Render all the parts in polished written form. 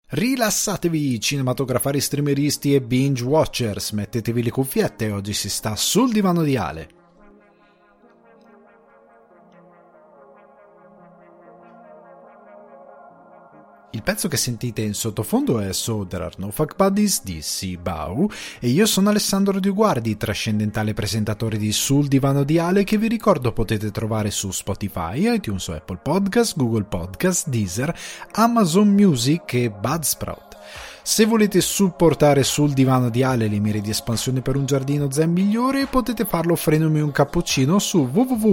Rilassatevi cinematografari, streameristi e binge watchers, mettetevi le cuffiette, oggi si sta sul divano di Ale. Il pezzo che sentite in sottofondo è So There Are No Fuck Buddies di Sibau e io sono Alessandro Dioguardi, trascendentale presentatore di Sul Divano di Ale, che vi ricordo potete trovare su Spotify, iTunes, Apple Podcast, Google Podcast, Deezer, Amazon Music e Buzzsprout. Se volete supportare Sul Divano di Ale le mire di espansione per un giardino zen migliore, potete farlo offrendomi un cappuccino su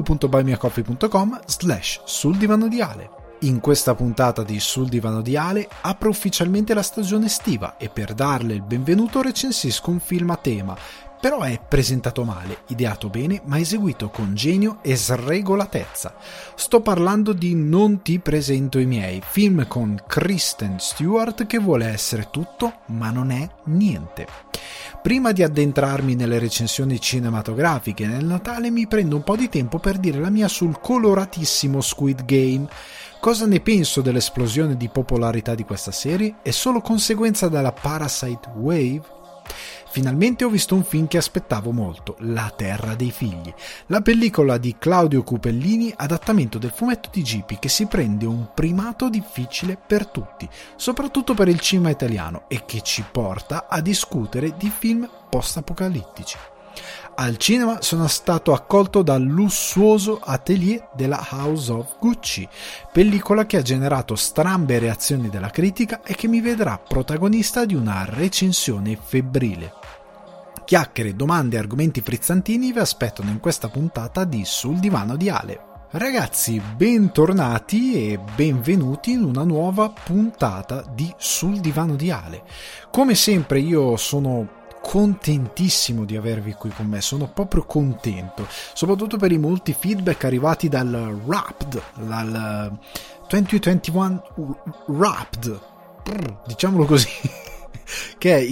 www.buymeacoffee.com/Sul Divano di Ale. In questa puntata di Sul Divano di Ale apre ufficialmente la stagione estiva e per darle il benvenuto recensisco un film a tema, però è presentato male, ideato bene, ma eseguito con genio e sregolatezza. Sto parlando di Non ti presento i miei, film con Kristen Stewart che vuole essere tutto, ma non è niente. Prima di addentrarmi nelle recensioni cinematografiche nel Natale, mi prendo un po' di tempo per dire la mia sul coloratissimo Squid Game. Cosa ne penso dell'esplosione di popolarità di questa serie? È solo conseguenza della Parasite Wave? Finalmente ho visto un film che aspettavo molto, La Terra dei Figli, la pellicola di Claudio Cupellini, adattamento del fumetto di Gipi, che si prende un primato difficile per tutti, soprattutto per il cinema italiano, e che ci porta a discutere di film post-apocalittici. Al cinema sono stato accolto dal lussuoso atelier della House of Gucci, pellicola che ha generato strambe reazioni della critica e che mi vedrà protagonista di una recensione febbrile. Chiacchiere, domande e argomenti frizzantini vi aspettano in questa puntata di Sul Divano di Ale. Ragazzi, bentornati e benvenuti in una puntata di Sul Divano di Ale. Come sempre io sono contentissimo di avervi qui con me, sono proprio contento, soprattutto per i molti feedback arrivati dal Wrapped, dal 2021 Wrapped, diciamolo così, che è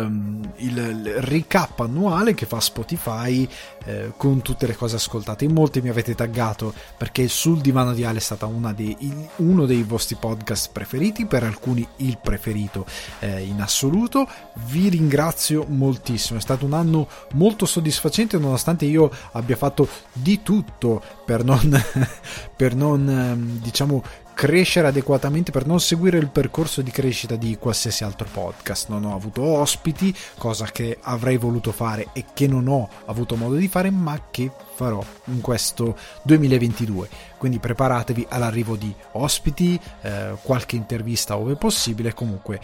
il recap annuale che fa Spotify con tutte le cose ascoltate. In molti mi avete taggato perché Sul Divano di Ale è stata uno dei vostri podcast preferiti, per alcuni il preferito in assoluto. Vi ringrazio moltissimo, è stato un anno molto soddisfacente nonostante io abbia fatto di tutto per non diciamo crescere adeguatamente, per non seguire il percorso di crescita di qualsiasi altro podcast. Non ho avuto ospiti, cosa che avrei voluto fare e che non ho avuto modo di fare, ma che farò in questo 2022, quindi preparatevi all'arrivo di ospiti, qualche intervista ove possibile, comunque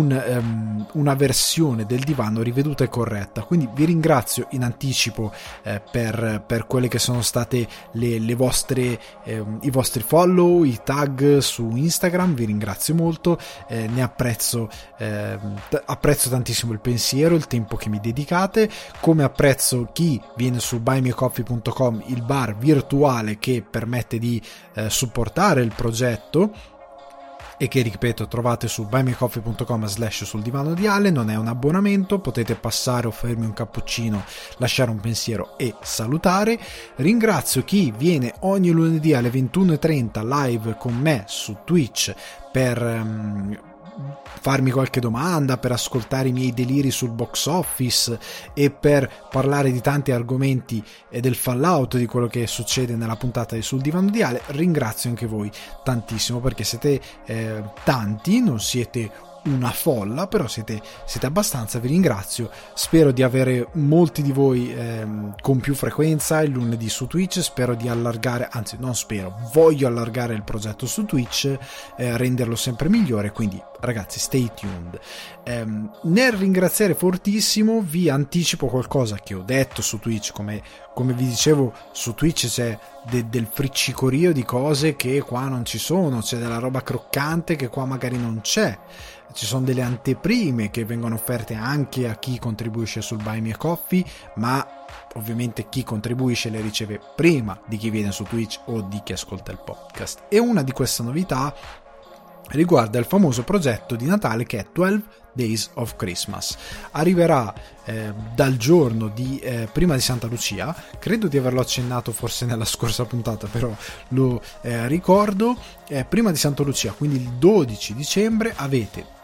una versione del divano riveduta e corretta. Quindi vi ringrazio in anticipo per quelle che sono state i vostri follow, i tag su Instagram, vi ringrazio molto, ne apprezzo tantissimo il pensiero, il tempo che mi dedicate, come apprezzo chi viene su buymeacoffee.com, il bar virtuale che permette di supportare il progetto e che, ripeto, trovate su buymeacoffee.com/Sul Divano di Ale. Non è un abbonamento, potete passare, offrirmi un cappuccino, lasciare un pensiero e salutare. Ringrazio chi viene ogni lunedì alle 21:30 live con me su Twitch per farmi qualche domanda, per ascoltare i miei deliri sul box office e per parlare di tanti argomenti e del fallout di quello che succede nella puntata di Sul Divano di Ale. Ringrazio anche voi tantissimo perché siete tanti, non siete una folla, però siete abbastanza, vi ringrazio. Spero di avere molti di voi con più frequenza il lunedì su Twitch, spero di allargare, anzi non spero, voglio allargare il progetto su Twitch, renderlo sempre migliore, quindi ragazzi stay tuned. Nel ringraziare fortissimo vi anticipo qualcosa che ho detto su Twitch, come vi dicevo, su Twitch c'è del friccicorio di cose che qua non ci sono, c'è della roba croccante che qua magari non c'è, ci sono delle anteprime che vengono offerte anche a chi contribuisce sul Buy Me a Coffee, ma ovviamente chi contribuisce le riceve prima di chi viene su Twitch o di chi ascolta il podcast. E una di queste novità riguarda il famoso progetto di Natale che è 12 Days of Christmas. Arriverà dal giorno di prima di Santa Lucia, credo di averlo accennato forse nella scorsa puntata, però lo ricordo, prima di Santa Lucia, quindi il 12 dicembre avete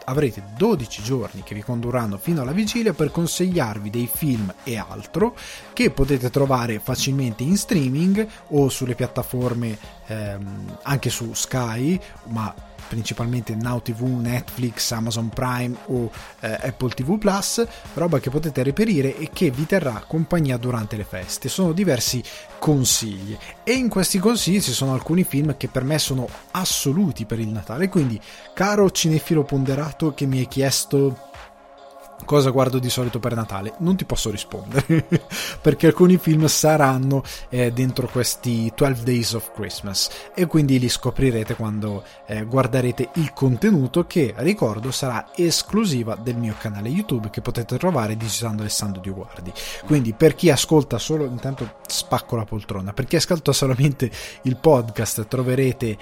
avrete 12 giorni che vi condurranno fino alla vigilia per consigliarvi dei film e altro che potete trovare facilmente in streaming o sulle piattaforme, anche su Sky, ma principalmente Now TV, Netflix, Amazon Prime o Apple TV Plus, roba che potete reperire e che vi terrà compagnia durante le feste. Sono diversi consigli e in questi consigli ci sono alcuni film che per me sono assoluti per il Natale, quindi caro cinefilo ponderato che mi hai chiesto cosa guardo di solito per Natale, non ti posso rispondere perché alcuni film saranno dentro questi 12 Days of Christmas e quindi li scoprirete quando guarderete il contenuto, che ricordo sarà esclusiva del mio canale YouTube, che potete trovare digitando Alessandro Dioguardi. Quindi per chi ascolta solo, intanto spacco la poltrona, per chi ascolta solamente il podcast troverete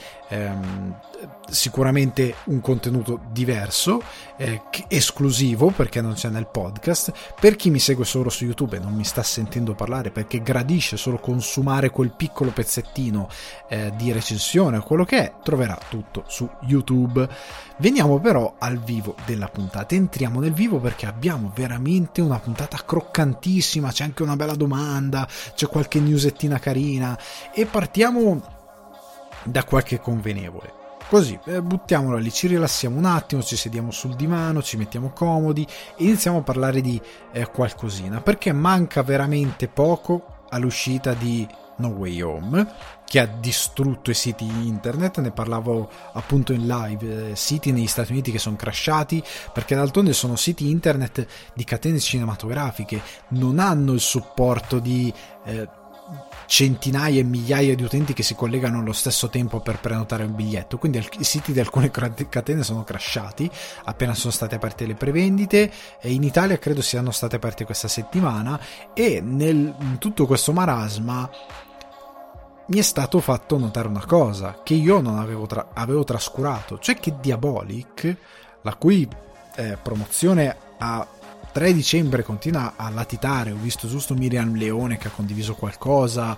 sicuramente un contenuto diverso, esclusivo perché non c'è nel podcast. Per chi mi segue solo su YouTube e non mi sta sentendo parlare perché gradisce solo consumare quel piccolo pezzettino di recensione o quello che è, troverà tutto su YouTube. Veniamo però al vivo della puntata, entriamo nel vivo perché abbiamo veramente una puntata croccantissima, c'è anche una bella domanda, c'è qualche newsettina carina e partiamo da qualche convenevole. Così, buttiamola lì, ci rilassiamo un attimo, ci sediamo sul divano, ci mettiamo comodi e iniziamo a parlare di qualcosina, perché manca veramente poco all'uscita di No Way Home, che ha distrutto i siti internet. Ne parlavo appunto in live, siti negli Stati Uniti che sono crashati, perché d'altronde sono siti internet di catene cinematografiche, non hanno il supporto di centinaia e migliaia di utenti che si collegano allo stesso tempo per prenotare un biglietto, quindi i siti di alcune catene sono crashati appena sono state aperte le prevendite, e in Italia credo siano state aperte questa settimana, e in tutto questo marasma mi è stato fatto notare una cosa che io non avevo trascurato, cioè che Diabolic, la cui promozione a 3 dicembre continua a latitare, ho visto giusto Miriam Leone che ha condiviso qualcosa,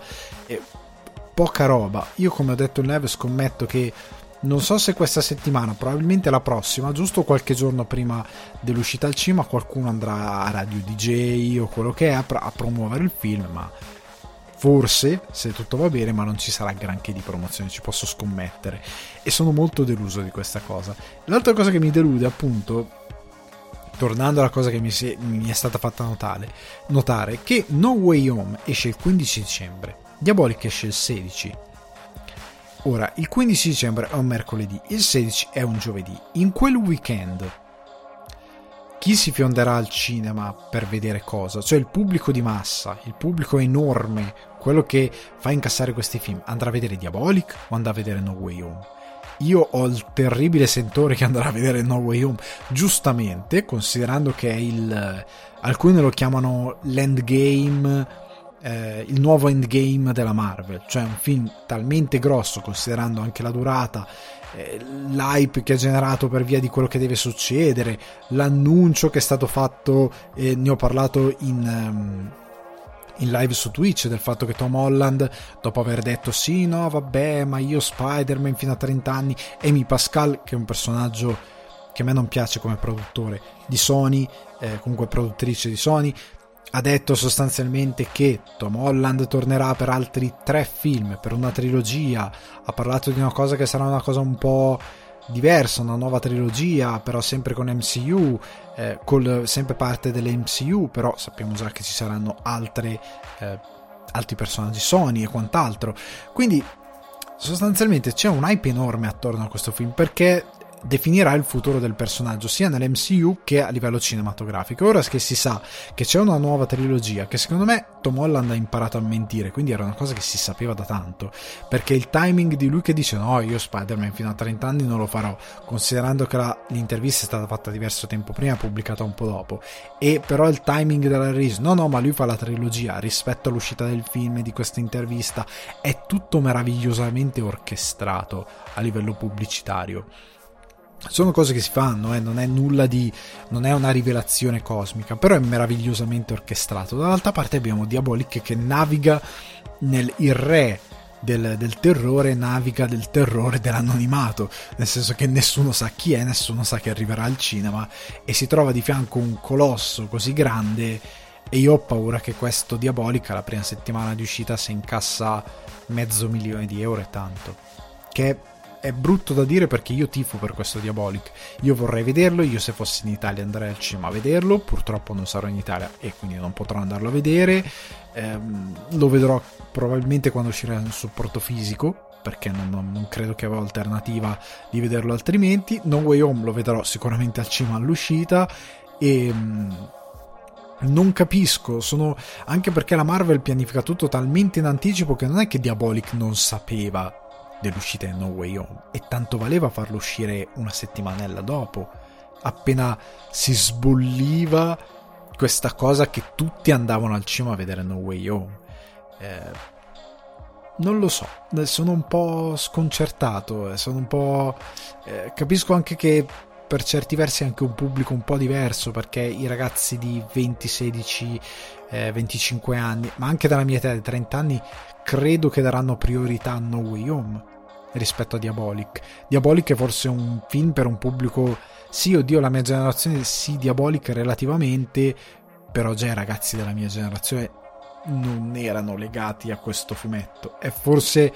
poca roba. Io, come ho detto in live, scommetto che non so se questa settimana, probabilmente la prossima, giusto qualche giorno prima dell'uscita al cinema, qualcuno andrà a Radio DJ o quello che è a promuovere il film, ma forse, se tutto va bene, ma non ci sarà granché di promozione, ci posso scommettere, e sono molto deluso di questa cosa. L'altra cosa che mi delude, appunto, tornando alla cosa che mi è stata fatta notare, che No Way Home esce il 15 dicembre, Diabolic esce il 16. Ora, il 15 dicembre è un mercoledì, il 16 è un giovedì. In quel weekend chi si fionderà al cinema per vedere cosa? Cioè il pubblico di massa, il pubblico enorme, quello che fa incassare questi film, andrà a vedere Diabolic o andrà a vedere No Way Home? Io ho il terribile sentore che andrà a vedere No Way Home, giustamente, considerando che è alcuni lo chiamano l'endgame, il nuovo endgame della Marvel, cioè un film talmente grosso, considerando anche la durata, l'hype che ha generato per via di quello che deve succedere, l'annuncio che è stato fatto, ne ho parlato in live su Twitch, del fatto che Tom Holland, dopo aver detto sì, no, vabbè, ma io Spider-Man fino a 30 anni, Amy Pascal, che è un personaggio che a me non piace come produttore di Sony, comunque produttrice di Sony, ha detto sostanzialmente che Tom Holland tornerà per altri 3 film, per una trilogia. Ha parlato di una cosa che sarà una cosa un po' diversa, una nuova trilogia, però sempre con MCU, sempre parte delle MCU, però sappiamo già che ci saranno altri personaggi Sony e quant'altro. Quindi sostanzialmente c'è un hype enorme attorno a questo film, perché definirà il futuro del personaggio sia nell'MCU che a livello cinematografico. Ora che si sa che c'è una nuova trilogia, che secondo me Tom Holland ha imparato a mentire, quindi era una cosa che si sapeva da tanto, perché il timing di lui che dice no, io Spider-Man fino a 30 anni non lo farò, considerando che l'intervista è stata fatta diverso tempo prima, pubblicata un po' dopo, e però il timing della release, no, ma lui fa la trilogia rispetto all'uscita del film e di questa intervista, è tutto meravigliosamente orchestrato a livello pubblicitario. Sono cose che si fanno, non è non è una rivelazione cosmica, però è meravigliosamente orchestrato. Dall'altra parte abbiamo Diabolic che naviga il re del terrore naviga del terrore dell'anonimato, nel senso che nessuno sa chi è, nessuno sa che arriverà al cinema, e si trova di fianco un colosso così grande, e io ho paura che questo Diabolic la prima settimana di uscita si incassa €500,000 e tanto, che è brutto da dire perché io tifo per questo Diabolic, io vorrei vederlo, io se fossi in Italia andrei al cinema a vederlo, purtroppo non sarò in Italia e quindi non potrò andarlo a vedere, lo vedrò probabilmente quando uscirà in supporto fisico, perché non credo che avrò alternativa di vederlo altrimenti. No Way Home lo vedrò sicuramente al cinema all'uscita, e non capisco, anche perché la Marvel pianifica tutto talmente in anticipo che non è che Diabolic non sapeva dell'uscita di No Way Home, e tanto valeva farlo uscire una settimanella dopo, appena si sbolliva questa cosa che tutti andavano al cinema a vedere No Way Home. Non lo so, sono un po' sconcertato, sono un po'... capisco anche che per certi versi è anche un pubblico un po' diverso, perché i ragazzi di 20, 16, 25 anni, ma anche dalla mia età di 30 anni, credo che daranno priorità a No Way Home rispetto a Diabolic. Diabolic è forse un film per un pubblico, sì, oddio, la mia generazione sì, Diabolic relativamente, però già i ragazzi della mia generazione non erano legati a questo fumetto. È forse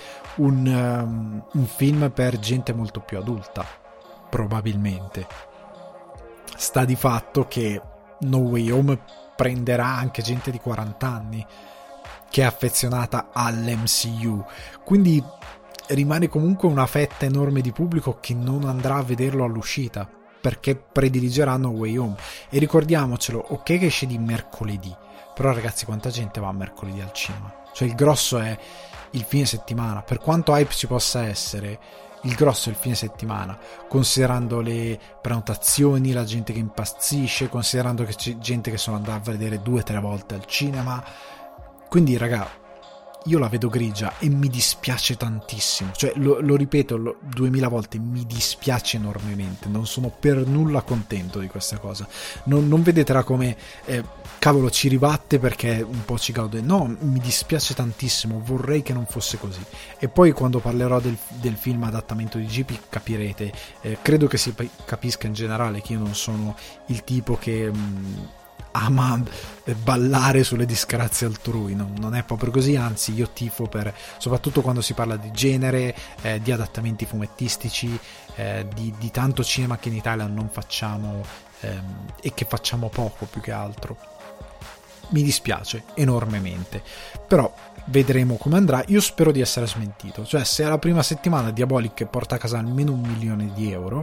un film per gente molto più adulta, probabilmente. Sta di fatto che No Way Home prenderà anche gente di 40 anni che è affezionata all'MCU, quindi rimane comunque una fetta enorme di pubblico che non andrà a vederlo all'uscita perché prediligerà No Way Home. E ricordiamocelo, ok che esce di mercoledì, però ragazzi, quanta gente va a mercoledì al cinema? Cioè il grosso è il fine settimana, per quanto hype ci possa essere, il grosso è il fine settimana, considerando le prenotazioni, la gente che impazzisce, considerando che c'è gente che sono andata a vedere 2-3 volte al cinema. Quindi raga, io la vedo grigia e mi dispiace tantissimo, cioè lo ripeto 2000 volte, mi dispiace enormemente, non sono per nulla contento di questa cosa. Non vedetela come cavolo ci ribatte perché un po' ci gaude, no, mi dispiace tantissimo, vorrei che non fosse così. E poi quando parlerò del film adattamento di GP capirete, credo che si capisca in generale che io non sono il tipo che ama ballare sulle disgrazie altrui, non è proprio così, anzi io tifo per, soprattutto quando si parla di genere, di adattamenti fumettistici, di tanto cinema che in Italia non facciamo, e che facciamo poco più che altro. Mi dispiace enormemente, però vedremo come andrà. Io spero di essere smentito, cioè se alla prima settimana Diabolic porta a casa almeno €1.000.000,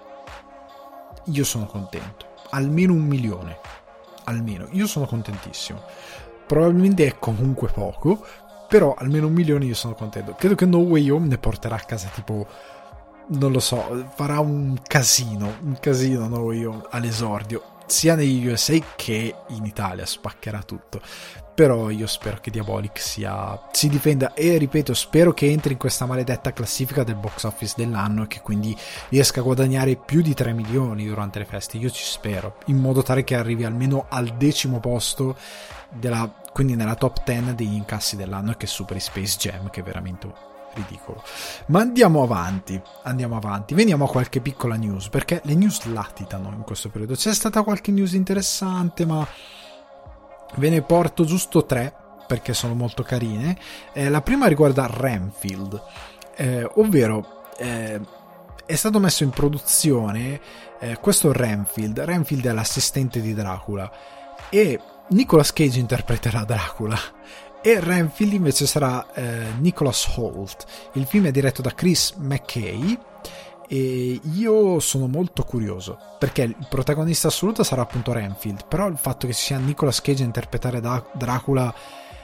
io sono contento, almeno 1 milione, almeno, io sono contentissimo. Probabilmente è comunque poco, però almeno 1 milione io sono contento. Credo che No Way Home ne porterà a casa tipo, non lo so, farà un casino No Way Home all'esordio, sia negli USA che in Italia, spaccherà tutto. Però io spero che Diabolic si difenda, e ripeto, spero che entri in questa maledetta classifica del box office dell'anno e che quindi riesca a guadagnare più di 3 milioni durante le feste. Io ci spero, in modo tale che arrivi almeno al 10° posto quindi nella top 10 degli incassi dell'anno, e che superi Space Jam, che è veramente ridicolo. Ma andiamo avanti, veniamo a qualche piccola news, perché le news latitano in questo periodo. C'è stata qualche news interessante, ma ve ne porto giusto 3 perché sono molto carine. La prima riguarda Renfield, ovvero è stato messo in produzione questo Renfield è l'assistente di Dracula, e Nicolas Cage interpreterà Dracula e Renfield invece sarà Nicholas Hoult. Il film è diretto da Chris McKay e io sono molto curioso perché il protagonista assoluto sarà appunto Renfield, però il fatto che ci sia Nicolas Cage a interpretare Dracula,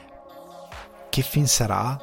che film sarà?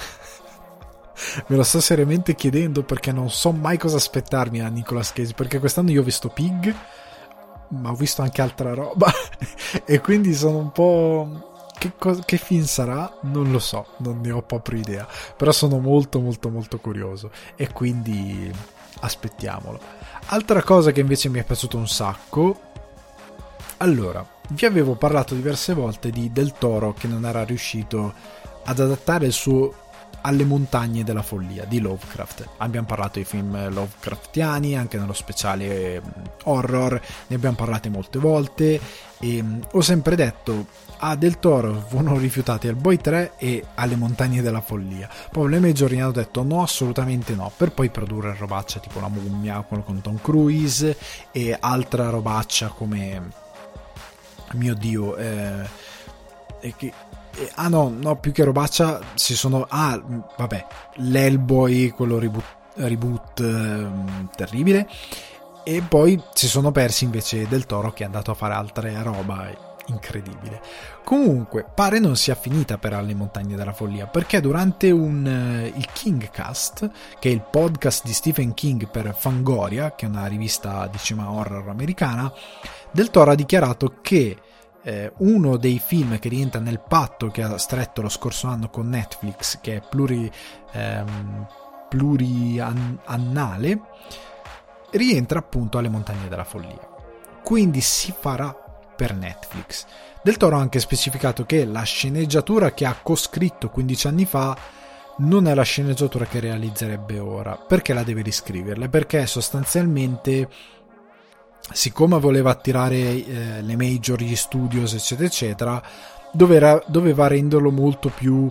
Me lo sto seriamente chiedendo, perché non so mai cosa aspettarmi da Nicolas Cage, perché quest'anno io ho visto Pig, ma ho visto anche altra roba e quindi sono un po'... Che film sarà? Non lo so, non ne ho proprio idea, però sono molto molto molto curioso e quindi aspettiamolo. Altra cosa che invece mi è piaciuto un sacco, allora, vi avevo parlato diverse volte di Del Toro che non era riuscito ad adattare il suo Alle montagne della follia di Lovecraft. Abbiamo parlato di film Lovecraftiani anche nello speciale horror, ne abbiamo parlate molte volte e ho sempre detto a Del Toro furono rifiutati Hellboy 3 e Alle montagne della follia. Poi le Major hanno detto no, assolutamente no, per poi produrre robaccia tipo La mummia, quello con Tom Cruise, e altra robaccia come mio Dio no, più che robaccia si sono l'Hellboy, quello reboot terribile, e poi si sono persi invece Del Toro, che è andato a fare altre roba incredibile. Comunque pare non sia finita per Alle montagne della follia, perché durante il Kingcast, che è il podcast di Stephen King per Fangoria, che è una rivista di cinema horror americana, Del Toro ha dichiarato che uno dei film che rientra nel patto che ha stretto lo scorso anno con Netflix, che è pluriannale, rientra appunto Alle montagne della follia, quindi si farà per Netflix. Del Toro ha anche specificato che la sceneggiatura che ha coscritto 15 anni fa non è la sceneggiatura che realizzerebbe ora, perché la deve riscriverla, perché sostanzialmente, siccome voleva attirare le major, gli studios eccetera eccetera, doveva renderlo molto più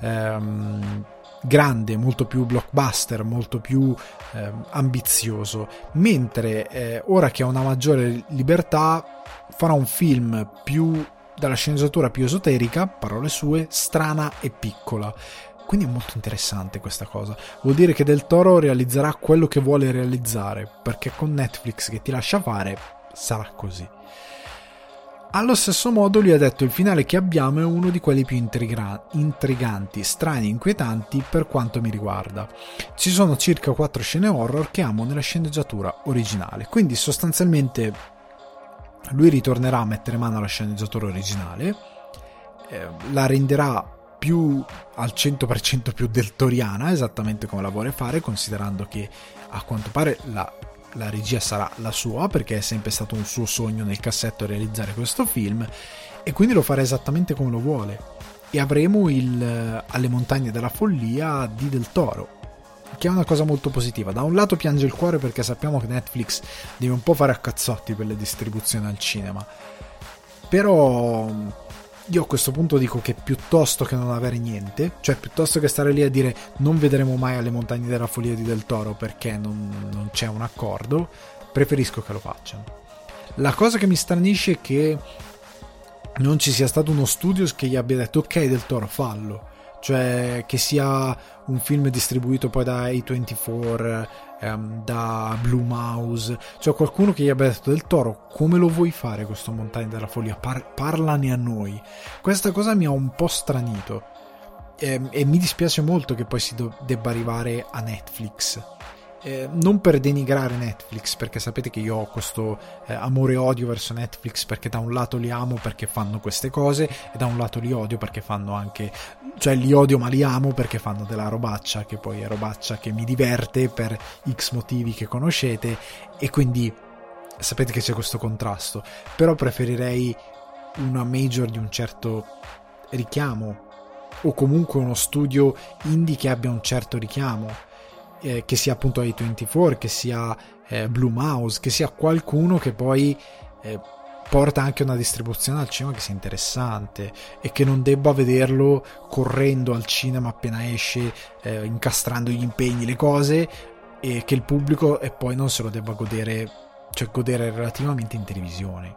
grande, molto più blockbuster, molto più ambizioso, mentre ora che ha una maggiore libertà farà un film più dalla sceneggiatura più esoterica, parole sue, strana e piccola. Quindi è molto interessante questa cosa. Vuol dire che Del Toro realizzerà quello che vuole realizzare, perché con Netflix che ti lascia fare sarà così. Allo stesso modo lui ha detto: il finale che abbiamo è uno di quelli più intriganti, strani e inquietanti per quanto mi riguarda. Ci sono circa 4 scene horror che amo nella sceneggiatura originale. Quindi sostanzialmente lui ritornerà a mettere mano alla sceneggiatura originale, la renderà più al 100% più deltoriana, esattamente come la vuole fare, considerando che a quanto pare la regia sarà la sua, perché è sempre stato un suo sogno nel cassetto realizzare questo film, e quindi lo farà esattamente come lo vuole, e avremo Alle montagne della follia di Del Toro, che è una cosa molto positiva. Da un lato piange il cuore perché sappiamo che Netflix deve un po' fare a cazzotti per le distribuzioni al cinema, però io a questo punto dico che piuttosto che non avere niente, cioè piuttosto che stare lì a dire non vedremo mai Alle montagne della follia di Del Toro perché non c'è un accordo, preferisco che lo facciano. La cosa che mi stranisce è che non ci sia stato uno studio che gli abbia detto ok Del Toro, fallo, cioè che sia un film distribuito poi da A24, da Blue Mouse, cioè qualcuno che gli abbia detto Del Toro, come lo vuoi fare questo Montagne della Follia, parlane a noi. Questa cosa mi ha un po' stranito, e mi dispiace molto che poi si debba arrivare a Netflix. Non per denigrare Netflix, perché sapete che io ho questo amore e odio verso Netflix, perché da un lato li amo perché fanno queste cose e da un lato li odio perché fanno anche, cioè li odio ma li amo perché fanno della robaccia, che poi è robaccia che mi diverte per X motivi che conoscete, e quindi sapete che c'è questo contrasto. Però preferirei una major di un certo richiamo, o comunque uno studio indie che abbia un certo richiamo, che sia appunto A24, che sia Blue Mouse, che sia qualcuno che poi porta anche una distribuzione al cinema che sia interessante, e che non debba vederlo correndo al cinema appena esce, incastrando gli impegni, le cose, e che il pubblico e poi non se lo debba godere, cioè godere relativamente in televisione.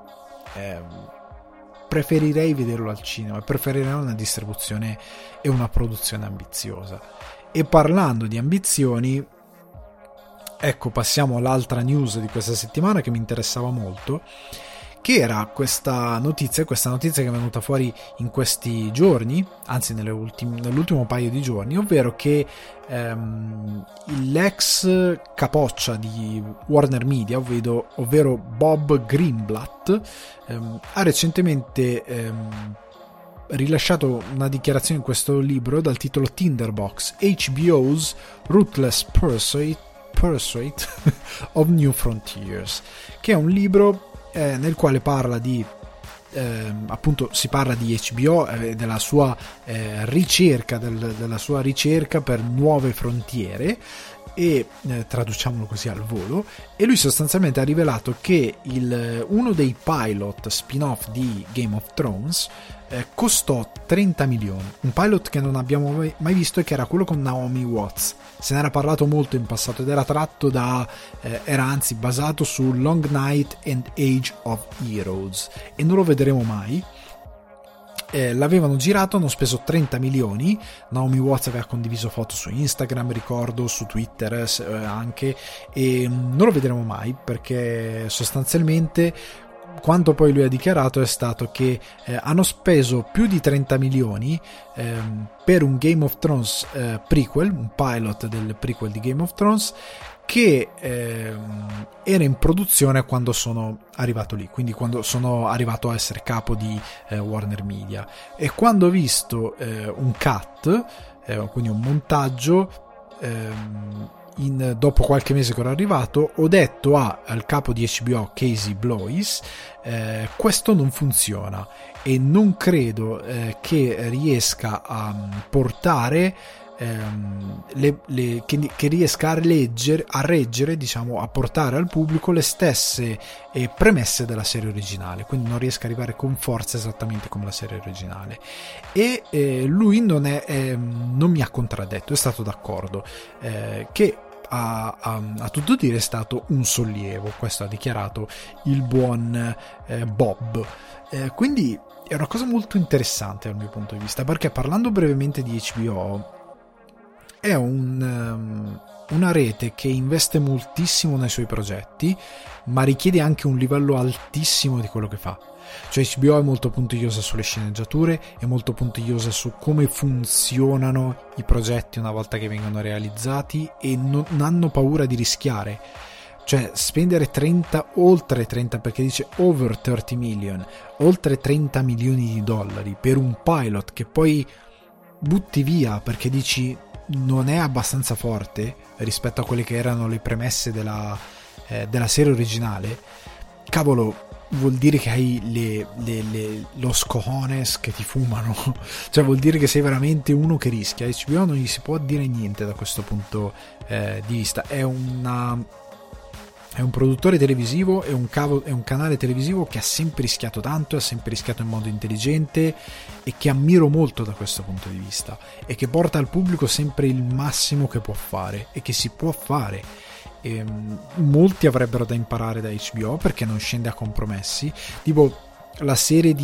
Preferirei vederlo al cinema, preferirei una distribuzione e una produzione ambiziosa. E parlando di ambizioni, ecco, passiamo all'altra news di questa settimana che mi interessava molto, che era questa notizia che è venuta fuori in questi giorni, anzi nell'ultimo paio di giorni, ovvero che l'ex capoccia di Warner Media, ovvero Bob Greenblatt, ha recentemente rilasciato una dichiarazione in questo libro dal titolo Tinderbox, HBO's Ruthless Pursuit of New Frontiers, che è un libro nel quale parla di appunto si parla di HBO, della sua ricerca, della sua ricerca per nuove frontiere, e traduciamolo così al volo, e lui sostanzialmente ha rivelato che uno dei pilot spin-off di Game of Thrones costò 30 milioni, un pilot che non abbiamo mai visto e che era quello con Naomi Watts. Se ne era parlato molto in passato ed era tratto era anzi basato su Long Night and Age of Heroes, e non lo vedremo mai. L'avevano girato, hanno speso 30 milioni. Naomi Watts aveva condiviso foto su Instagram, ricordo, su Twitter anche, e non lo vedremo mai, perché sostanzialmente quanto poi lui ha dichiarato è stato che hanno speso più di 30 milioni per un Game of Thrones prequel, un pilot del prequel di Game of Thrones, che era in produzione quando sono arrivato lì, quindi quando sono arrivato a essere capo di Warner Media, e quando ho visto un cut, quindi un montaggio, dopo qualche mese che ero arrivato, ho detto al capo di HBO, Casey Bloys, questo non funziona e non credo che riesca a portare che riesca a reggere, diciamo, a portare al pubblico le stesse premesse della serie originale, quindi non riesca a arrivare con forza esattamente come la serie originale. E lui non mi ha contraddetto, è stato d'accordo, che a tutto dire è stato un sollievo. Questo ha dichiarato il buon Bob, quindi è una cosa molto interessante dal mio punto di vista, perché parlando brevemente di HBO, è una rete che investe moltissimo nei suoi progetti, ma richiede anche un livello altissimo di quello che fa. Cioè HBO è molto puntigliosa sulle sceneggiature, è molto puntigliosa su come funzionano i progetti una volta che vengono realizzati, e non hanno paura di rischiare. Cioè spendere oltre 30, perché dice over 30 million, oltre 30 milioni di dollari per un pilot che poi butti via perché dici non è abbastanza forte rispetto a quelle che erano le premesse della serie originale. Cavolo, vuol dire che hai los cojones che ti fumano, cioè vuol dire che sei veramente uno che rischia. HBO non gli si può dire niente da questo punto di vista. È un produttore televisivo, è un canale televisivo che ha sempre rischiato tanto, ha sempre rischiato in modo intelligente, e che ammiro molto da questo punto di vista, e che porta al pubblico sempre il massimo che può fare e che si può fare. Molti avrebbero da imparare da HBO, perché non scende a compromessi, tipo la serie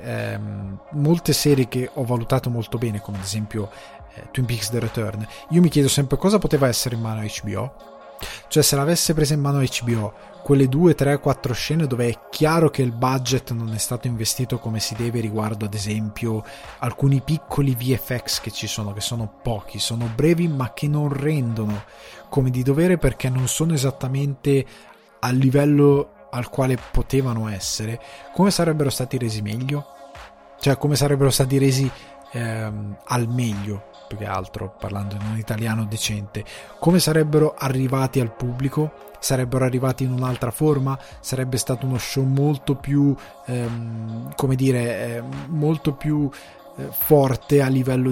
molte serie che ho valutato molto bene, come ad esempio Twin Peaks The Return. Io mi chiedo sempre cosa poteva essere in mano a HBO. Cioè, se l'avesse presa in mano HBO, quelle 2, 3, 4 scene dove è chiaro che il budget non è stato investito come si deve, riguardo ad esempio alcuni piccoli VFX che ci sono, che sono pochi, sono brevi, ma che non rendono come di dovere, perché non sono esattamente al livello al quale potevano essere. Come sarebbero stati resi meglio? Cioè, come sarebbero stati resi al meglio, più che altro, parlando in un italiano decente? Come sarebbero arrivati al pubblico? Sarebbero arrivati in un'altra forma? Sarebbe stato uno show molto più come dire, molto più forte a livello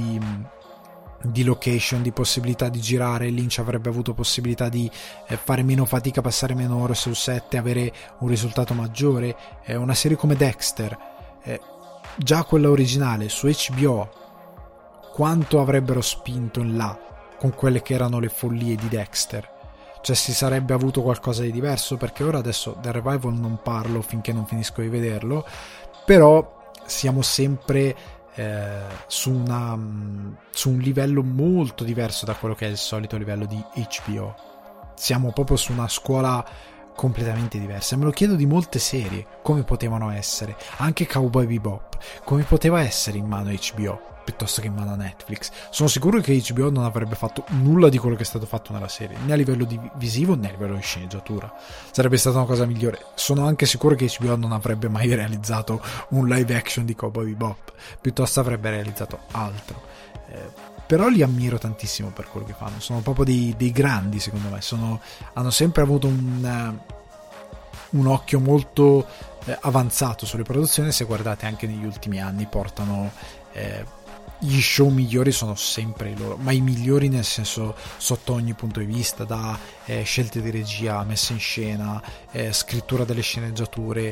di location, di possibilità di girare. Lynch avrebbe avuto possibilità di fare meno fatica, passare meno ore sul set e avere un risultato maggiore. Una serie come Dexter, già quella originale su HBO, quanto avrebbero spinto in là con quelle che erano le follie di Dexter? Cioè, si sarebbe avuto qualcosa di diverso, perché ora adesso del Revival non parlo finché non finisco di vederlo, però siamo sempre su un livello molto diverso da quello che è il solito livello di HBO. Siamo proprio su una scuola completamente diversa. Me lo chiedo di molte serie, come potevano essere. Anche Cowboy Bebop, come poteva essere in mano a HBO piuttosto che in mano a Netflix? Sono sicuro che HBO non avrebbe fatto nulla di quello che è stato fatto nella serie, né a livello di visivo né a livello di sceneggiatura. Sarebbe stata una cosa migliore. Sono anche sicuro che HBO non avrebbe mai realizzato un live action di Cowboy Bebop, piuttosto avrebbe realizzato altro. Però li ammiro tantissimo per quello che fanno. Sono proprio dei grandi, secondo me. Hanno sempre avuto un occhio molto avanzato sulle produzioni. Se guardate anche negli ultimi anni portano gli show migliori sono sempre i loro, ma i migliori nel senso sotto ogni punto di vista, da scelte di regia, messa in scena, scrittura delle sceneggiature,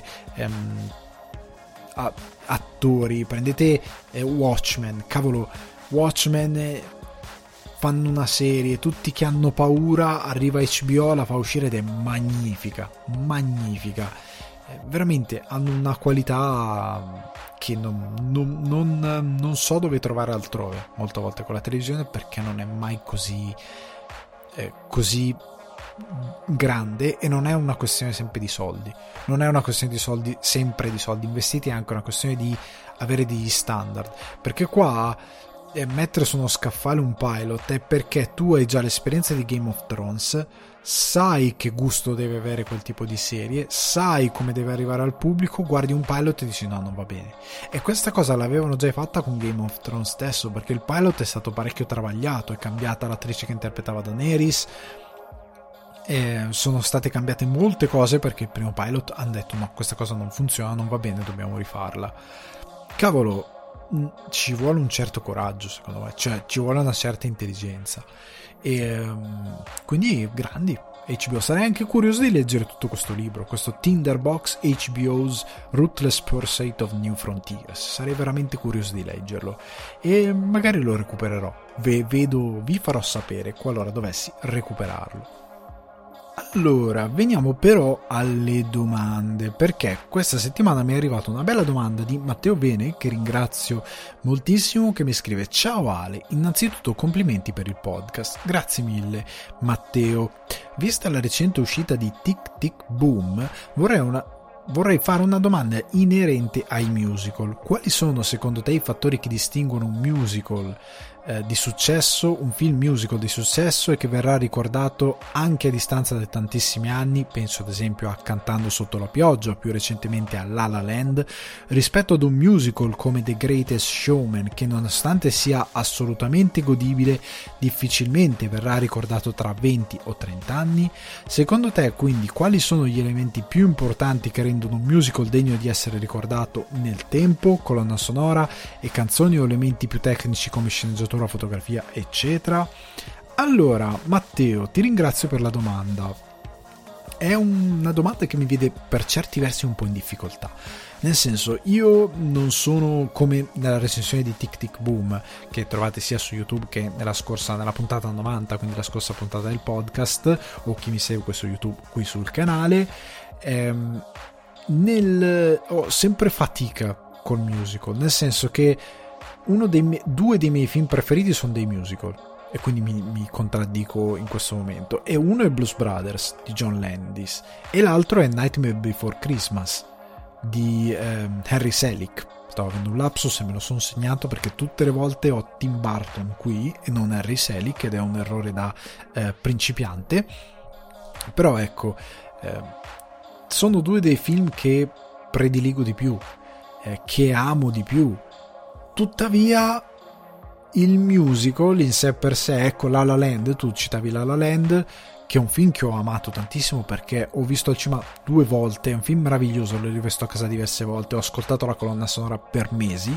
attori. Prendete Watchmen, cavolo, Watchmen, fanno una serie, tutti che hanno paura, arriva HBO, la fa uscire ed è magnifica, veramente hanno una qualità che non so dove trovare altrove molte volte con la televisione, perché non è mai così grande, e non è una questione sempre di soldi, investiti, è anche una questione di avere degli standard, perché qua mettere su uno scaffale un pilot è perché tu hai già l'esperienza di Game of Thrones, sai che gusto deve avere quel tipo di serie, sai come deve arrivare al pubblico, guardi un pilot e dici no, non va bene. E questa cosa l'avevano già fatta con Game of Thrones stesso, perché il pilot è stato parecchio travagliato, è cambiata l'attrice che interpretava Daenerys, sono state cambiate molte cose perché il primo pilot hanno detto no, questa cosa non funziona, non va bene, dobbiamo rifarla. Cavolo, ci vuole un certo coraggio, secondo me, cioè ci vuole una certa intelligenza, e quindi grandi HBO. Sarei anche curioso di leggere tutto questo libro, questo Tinderbox HBO's Ruthless Pursuit of New Frontiers. Sarei veramente curioso di leggerlo e magari lo recupererò, vi farò sapere qualora dovessi recuperarlo. Allora, veniamo però alle domande, perché questa settimana mi è arrivata una bella domanda di Matteo Bene, che ringrazio moltissimo, che mi scrive: ciao Ale, innanzitutto complimenti per il podcast. Grazie mille Matteo. Vista la recente uscita di Tic Tic Boom, vorrei fare una domanda inerente ai musical. Quali sono secondo te i fattori che distinguono un musical di successo, un film musical di successo e che verrà ricordato anche a distanza di tantissimi anni? Penso ad esempio a Cantando sotto la pioggia, più recentemente a La La Land, rispetto ad un musical come The Greatest Showman, che nonostante sia assolutamente godibile difficilmente verrà ricordato tra 20 o 30 anni. Secondo te quindi quali sono gli elementi più importanti che rendono un musical degno di essere ricordato nel tempo? Colonna sonora e canzoni, o elementi più tecnici come sceneggiatura, fotografia, eccetera? Allora Matteo, ti ringrazio per la domanda. È una domanda che mi vede per certi versi un po' in difficoltà, nel senso, io non sono come nella recensione di Tic Tic Boom, che trovate sia su YouTube che nella puntata 90, quindi la scorsa puntata del podcast, o chi mi segue su YouTube qui sul canale. Ho sempre fatica col musical, nel senso che due dei miei film preferiti sono dei musical, e quindi mi contraddico in questo momento, e uno è Blues Brothers di John Landis e l'altro è Nightmare Before Christmas di Henry Selick. Stavo avendo un lapsus e me lo sono segnato perché tutte le volte ho Tim Burton qui e non Henry Selick, ed è un errore da principiante, però ecco, sono due dei film che prediligo di più, che amo di più. Tuttavia il musical in sé per sé, ecco, La La Land, tu citavi La La Land, che è un film che ho amato tantissimo perché ho visto al cinema 2 volte, è un film meraviglioso, l'ho rivisto a casa diverse volte, ho ascoltato la colonna sonora per mesi.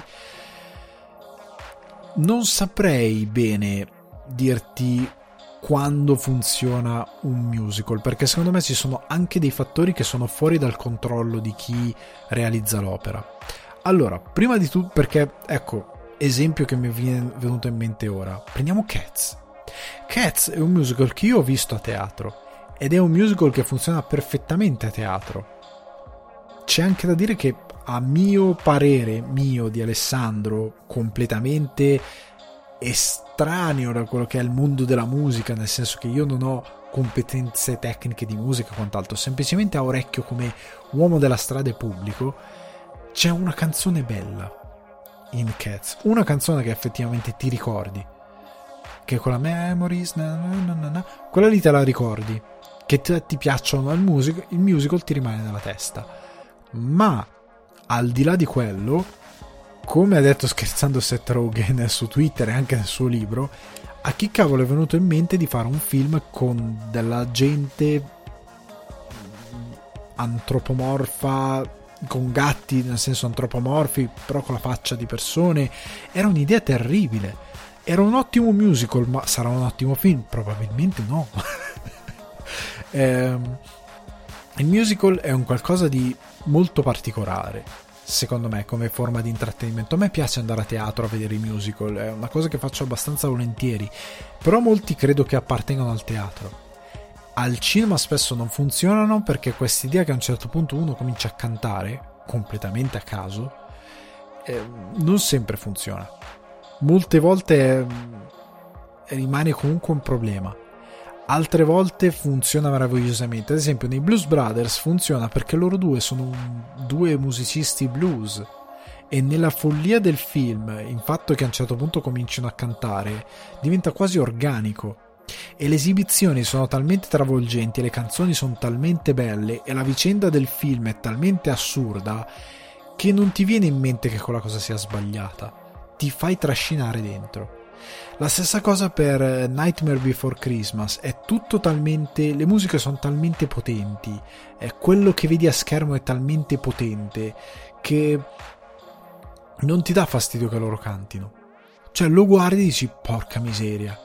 Non saprei bene dirti quando funziona un musical, perché secondo me ci sono anche dei fattori che sono fuori dal controllo di chi realizza l'opera. Allora, prima di tutto, perché ecco, esempio che mi è venuto in mente ora, prendiamo Cats. Cats è un musical che io ho visto a teatro ed è un musical che funziona perfettamente a teatro. C'è anche da dire che, a mio parere, mio di Alessandro, completamente estraneo da quello che è il mondo della musica, nel senso che io non ho competenze tecniche di musica o quant'altro, semplicemente a orecchio come uomo della strada e pubblico, c'è una canzone bella in Cats, una canzone che effettivamente ti ricordi, che è quella Memories, quella lì te la ricordi, che ti piacciono il musical ti rimane nella testa. Ma al di là di quello, come ha detto scherzando Seth Rogen su Twitter e anche nel suo libro, a chi cavolo è venuto in mente di fare un film con della gente antropomorfa con gatti, nel senso antropomorfi, però con la faccia di persone. Era un'idea terribile. Era un ottimo musical, ma sarà un ottimo film? Probabilmente no. Il musical è un qualcosa di molto particolare, secondo me, come forma di intrattenimento. A me piace andare a teatro a vedere i musical, è una cosa che faccio abbastanza volentieri, però molti credo che appartengano al teatro. Al cinema spesso non funzionano perché quest'idea che a un certo punto uno comincia a cantare completamente a caso non sempre funziona. Molte volte rimane comunque un problema, altre volte funziona meravigliosamente. Ad esempio nei Blues Brothers funziona perché loro due sono due musicisti blues, e nella follia del film il fatto che a un certo punto cominciano a cantare diventa quasi organico, e le esibizioni sono talmente travolgenti e le canzoni sono talmente belle e la vicenda del film è talmente assurda che non ti viene in mente che quella cosa sia sbagliata, ti fai trascinare dentro. La stessa cosa per Nightmare Before Christmas, è tutto talmente, le musiche sono talmente potenti, quello che vedi a schermo è talmente potente che non ti dà fastidio che loro cantino, cioè lo guardi e dici porca miseria.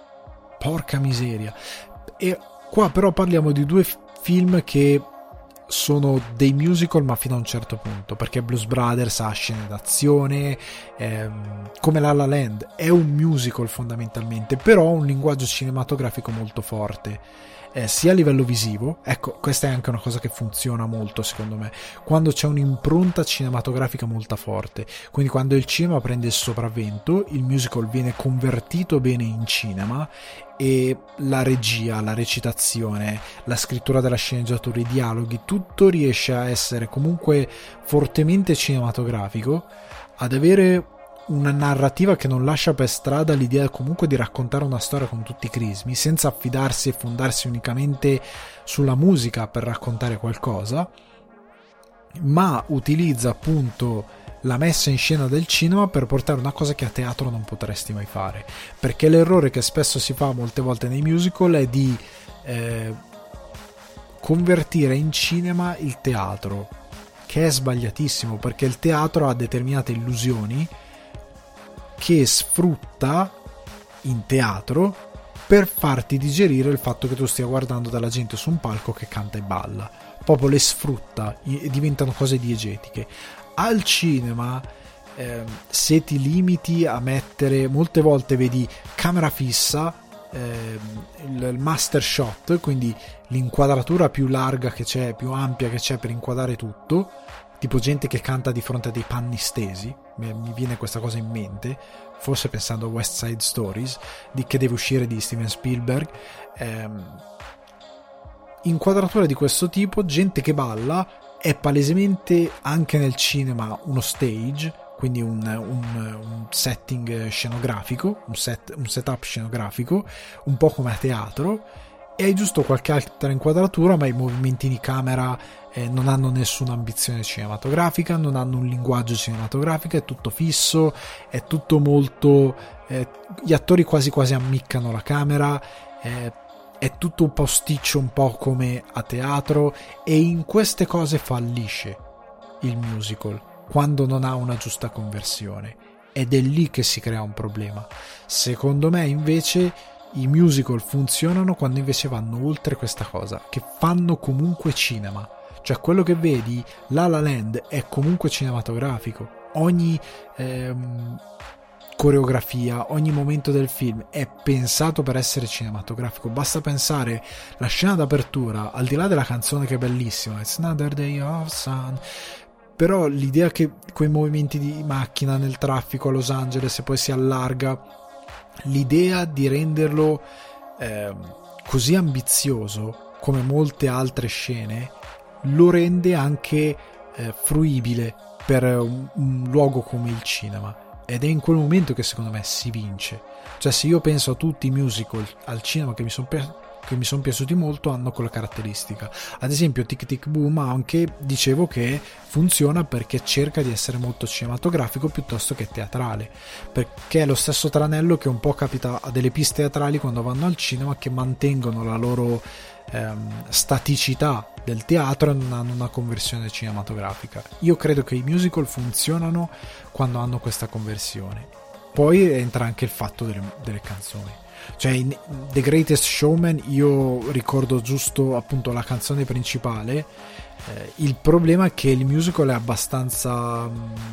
E qua però parliamo di due film che sono dei musical, ma fino a un certo punto, perché Blues Brothers ha scene d'azione, come La La Land è un musical fondamentalmente, però ha un linguaggio cinematografico molto forte, sia a livello visivo. Ecco, questa è anche una cosa che funziona molto secondo me, quando c'è un'impronta cinematografica molto forte, quindi quando il cinema prende il sopravvento, il musical viene convertito bene in cinema, e la regia, la recitazione, la scrittura della sceneggiatura, i dialoghi, tutto riesce a essere comunque fortemente cinematografico, ad avere una narrativa che non lascia per strada l'idea comunque di raccontare una storia con tutti i crismi, senza affidarsi e fondarsi unicamente sulla musica per raccontare qualcosa, ma utilizza appunto la messa in scena del cinema per portare una cosa che a teatro non potresti mai fare, perché l'errore che spesso si fa molte volte nei musical è di convertire in cinema il teatro, che è sbagliatissimo, perché il teatro ha determinate illusioni che sfrutta in teatro per farti digerire il fatto che tu stia guardando della gente su un palco che canta e balla, proprio le sfrutta e diventano cose diegetiche. Al cinema se ti limiti a mettere, molte volte vedi camera fissa, il master shot, quindi l'inquadratura più larga che c'è, più ampia che c'è per inquadrare tutto, tipo gente che canta di fronte a dei panni stesi, mi viene questa cosa in mente, forse pensando a West Side Stories che deve uscire di Steven Spielberg, inquadratura di questo tipo, gente che balla, è palesemente anche nel cinema uno stage, quindi un setting scenografico, un setup scenografico, un po' come a teatro, e hai giusto qualche altra inquadratura, ma i movimenti di camera non hanno nessuna ambizione cinematografica, non hanno un linguaggio cinematografico, è tutto fisso, è tutto molto gli attori quasi quasi ammiccano la camera, è tutto un posticcio, un po' come a teatro, e in queste cose fallisce il musical quando non ha una giusta conversione, ed è lì che si crea un problema. Secondo me invece i musical funzionano quando invece vanno oltre questa cosa, che fanno comunque cinema, cioè quello che vedi, La La Land è comunque cinematografico, ogni coreografia, ogni momento del film è pensato per essere cinematografico. Basta pensare la scena d'apertura, al di là della canzone che è bellissima, It's Another Day of Sun, però l'idea che quei movimenti di macchina nel traffico a Los Angeles e poi si allarga, l'idea di renderlo così ambizioso come molte altre scene lo rende anche fruibile per un luogo come il cinema, ed è in quel momento che secondo me si vince. Cioè, se io penso a tutti i musical al cinema che mi sono piaciuti molto, hanno quella caratteristica. Ad esempio Tic Tic Boom, anche dicevo che funziona perché cerca di essere molto cinematografico piuttosto che teatrale, perché è lo stesso tranello che un po' capita a delle piste teatrali quando vanno al cinema, che mantengono la loro staticità del teatro e non hanno una conversione cinematografica. Io credo che i musical funzionano quando hanno questa conversione. Poi entra anche il fatto delle canzoni. Cioè in The Greatest Showman io ricordo giusto appunto la canzone principale. Il problema è che il musical è abbastanza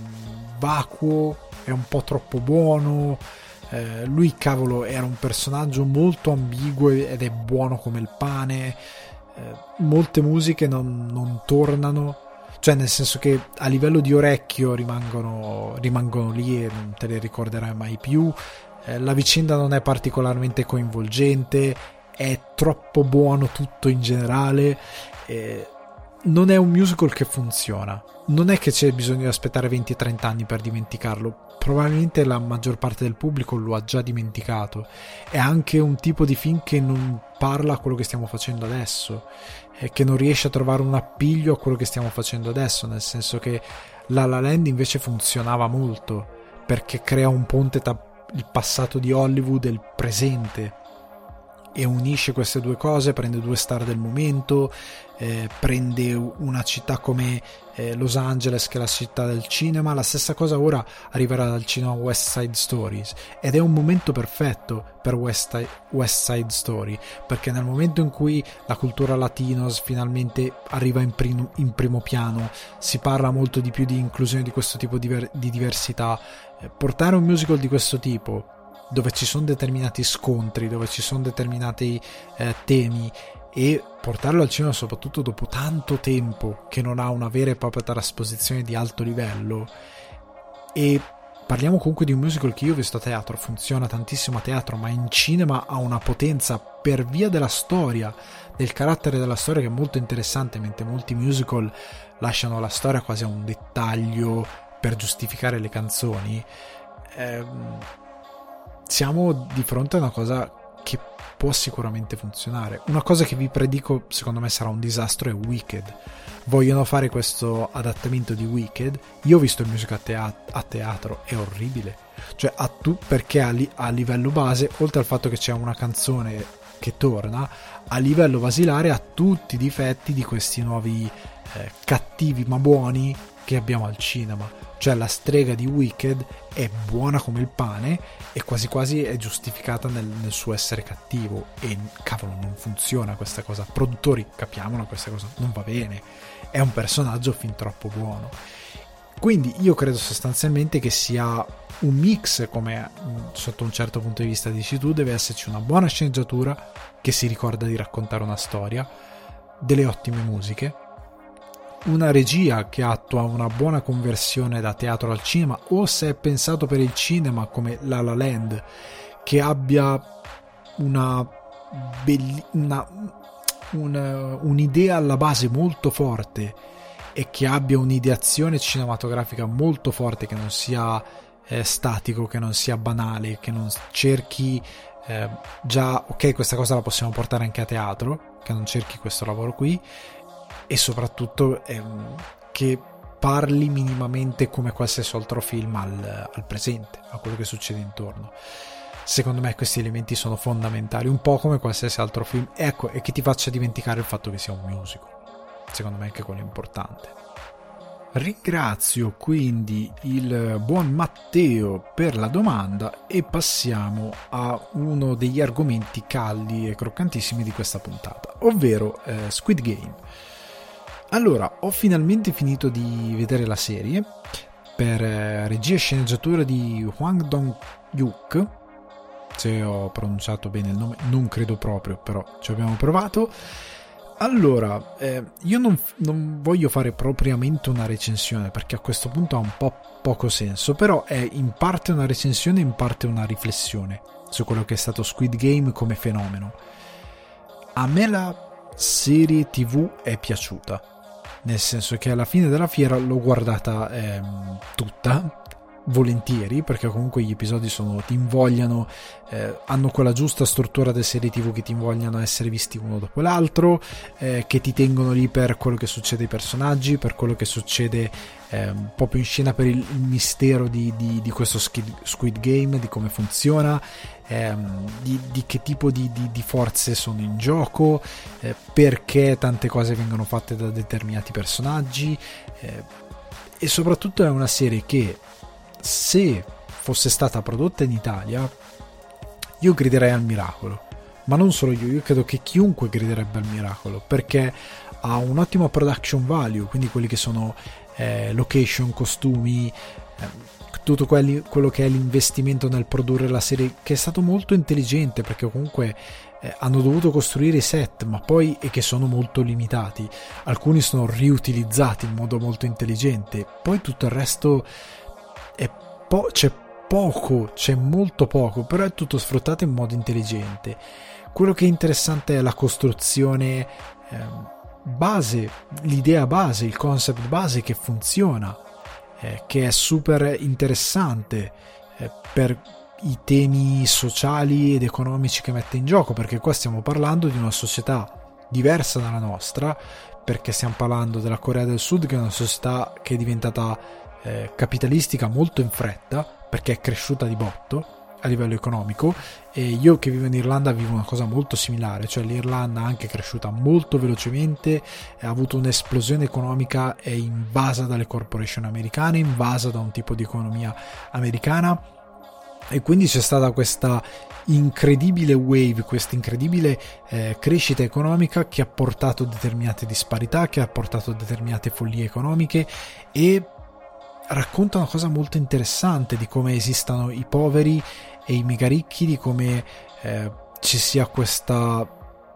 vacuo, è un po' troppo buono. Lui cavolo era un personaggio molto ambiguo ed è buono come il pane. Molte musiche non tornano, cioè nel senso che a livello di orecchio rimangono lì e non te le ricorderai mai più. La vicenda non è particolarmente coinvolgente, è troppo buono tutto in generale. Non è un musical che funziona. Non è che c'è bisogno di aspettare 20-30 anni per dimenticarlo. Probabilmente la maggior parte del pubblico lo ha già dimenticato. È anche un tipo di film che non parla a quello che stiamo facendo adesso, che non riesce a trovare un appiglio a quello che stiamo facendo adesso, nel senso che La La Land invece funzionava molto perché crea un ponte tra il passato di Hollywood e il presente e unisce queste due cose, prende due star del momento, prende una città come Los Angeles, che è la città del cinema. La stessa cosa ora arriverà dal cinema West Side Stories, ed è un momento perfetto per West Side Story, perché nel momento in cui la cultura latinos finalmente arriva in primo piano, si parla molto di più di inclusione di questo tipo di diversità. Portare un musical di questo tipo, dove ci sono determinati scontri, dove ci sono determinati temi, e portarlo al cinema soprattutto dopo tanto tempo che non ha una vera e propria trasposizione di alto livello. E parliamo comunque di un musical che io ho visto a teatro, funziona tantissimo a teatro, ma in cinema ha una potenza per via della storia, del carattere della storia, che è molto interessante, mentre molti musical lasciano la storia quasi a un dettaglio per giustificare le canzoni. Siamo di fronte a una cosa che può sicuramente funzionare. Una cosa che vi predico, secondo me sarà un disastro, è Wicked. Vogliono fare questo adattamento di Wicked. Io ho visto il musical a teatro, è orribile. Cioè, perché a livello base, oltre al fatto che c'è una canzone che torna, a livello basilare ha tutti i difetti di questi nuovi cattivi ma buoni che abbiamo al cinema. Cioè la strega di Wicked è buona come il pane e quasi quasi è giustificata nel suo essere cattivo, e cavolo non funziona questa cosa. Produttori, capiamola, questa cosa non va bene, è un personaggio fin troppo buono. Quindi io credo sostanzialmente che sia un mix, come sotto un certo punto di vista dici tu, deve esserci una buona sceneggiatura che si ricorda di raccontare una storia, delle ottime musiche, una regia che attua una buona conversione da teatro al cinema, o se è pensato per il cinema come La La Land, che abbia un'idea alla base molto forte e che abbia un'ideazione cinematografica molto forte, che non sia statico, che non sia banale, che non cerchi già ok questa cosa la possiamo portare anche a teatro, che non cerchi questo lavoro qui, e soprattutto che parli minimamente come qualsiasi altro film al presente, a quello che succede intorno. Secondo me questi elementi sono fondamentali, un po' come qualsiasi altro film, ecco, e che ti faccia dimenticare il fatto che sia un musical. Secondo me anche quello è importante. Ringrazio quindi il buon Matteo per la domanda e passiamo a uno degli argomenti caldi e croccantissimi di questa puntata, ovvero Squid Game. Allora, ho finalmente finito di vedere la serie per regia e sceneggiatura di Hwang Dong-hyuk, se ho pronunciato bene il nome, non credo proprio, però ci abbiamo provato. Allora, io non voglio fare propriamente una recensione, perché a questo punto ha un po' poco senso, però è in parte una recensione, in parte una riflessione su quello che è stato Squid Game come fenomeno. A me la serie TV è piaciuta, nel senso che alla fine della fiera l'ho guardata tutta, volentieri, perché comunque gli episodi ti invogliano, hanno quella giusta struttura delle serie TV che ti invogliano a essere visti uno dopo l'altro, che ti tengono lì per quello che succede ai personaggi, per quello che succede proprio in scena, per il mistero di questo Squid Game, di come funziona, di che tipo di forze sono in gioco, perché tante cose vengono fatte da determinati personaggi, e soprattutto è una serie che, se fosse stata prodotta in Italia, io griderei al miracolo, ma non solo io credo che chiunque griderebbe al miracolo, perché ha un ottimo production value, quindi quelli che sono location, costumi, tutto quello che è l'investimento nel produrre la serie, che è stato molto intelligente, perché comunque hanno dovuto costruire i set, ma poi e che sono molto limitati, alcuni sono riutilizzati in modo molto intelligente, poi tutto il resto c'è molto poco, però è tutto sfruttato in modo intelligente. Quello che è interessante è la costruzione base, l'idea base, il concept base che funziona, che è super interessante per i temi sociali ed economici che mette in gioco, perché qua stiamo parlando di una società diversa dalla nostra, perché stiamo parlando della Corea del Sud, che è una società che è diventata capitalistica molto in fretta, perché è cresciuta di botto a livello economico, e io che vivo in Irlanda vivo una cosa molto similare, cioè l'Irlanda è anche cresciuta molto velocemente, ha avuto un'esplosione economica, è invasa dalle corporation americane, invasa da un tipo di economia americana, e quindi c'è stata questa incredibile wave, questa incredibile crescita economica che ha portato determinate disparità, che ha portato determinate follie economiche, e racconta una cosa molto interessante di come esistano i poveri e i mega ricchi, di come ci sia questa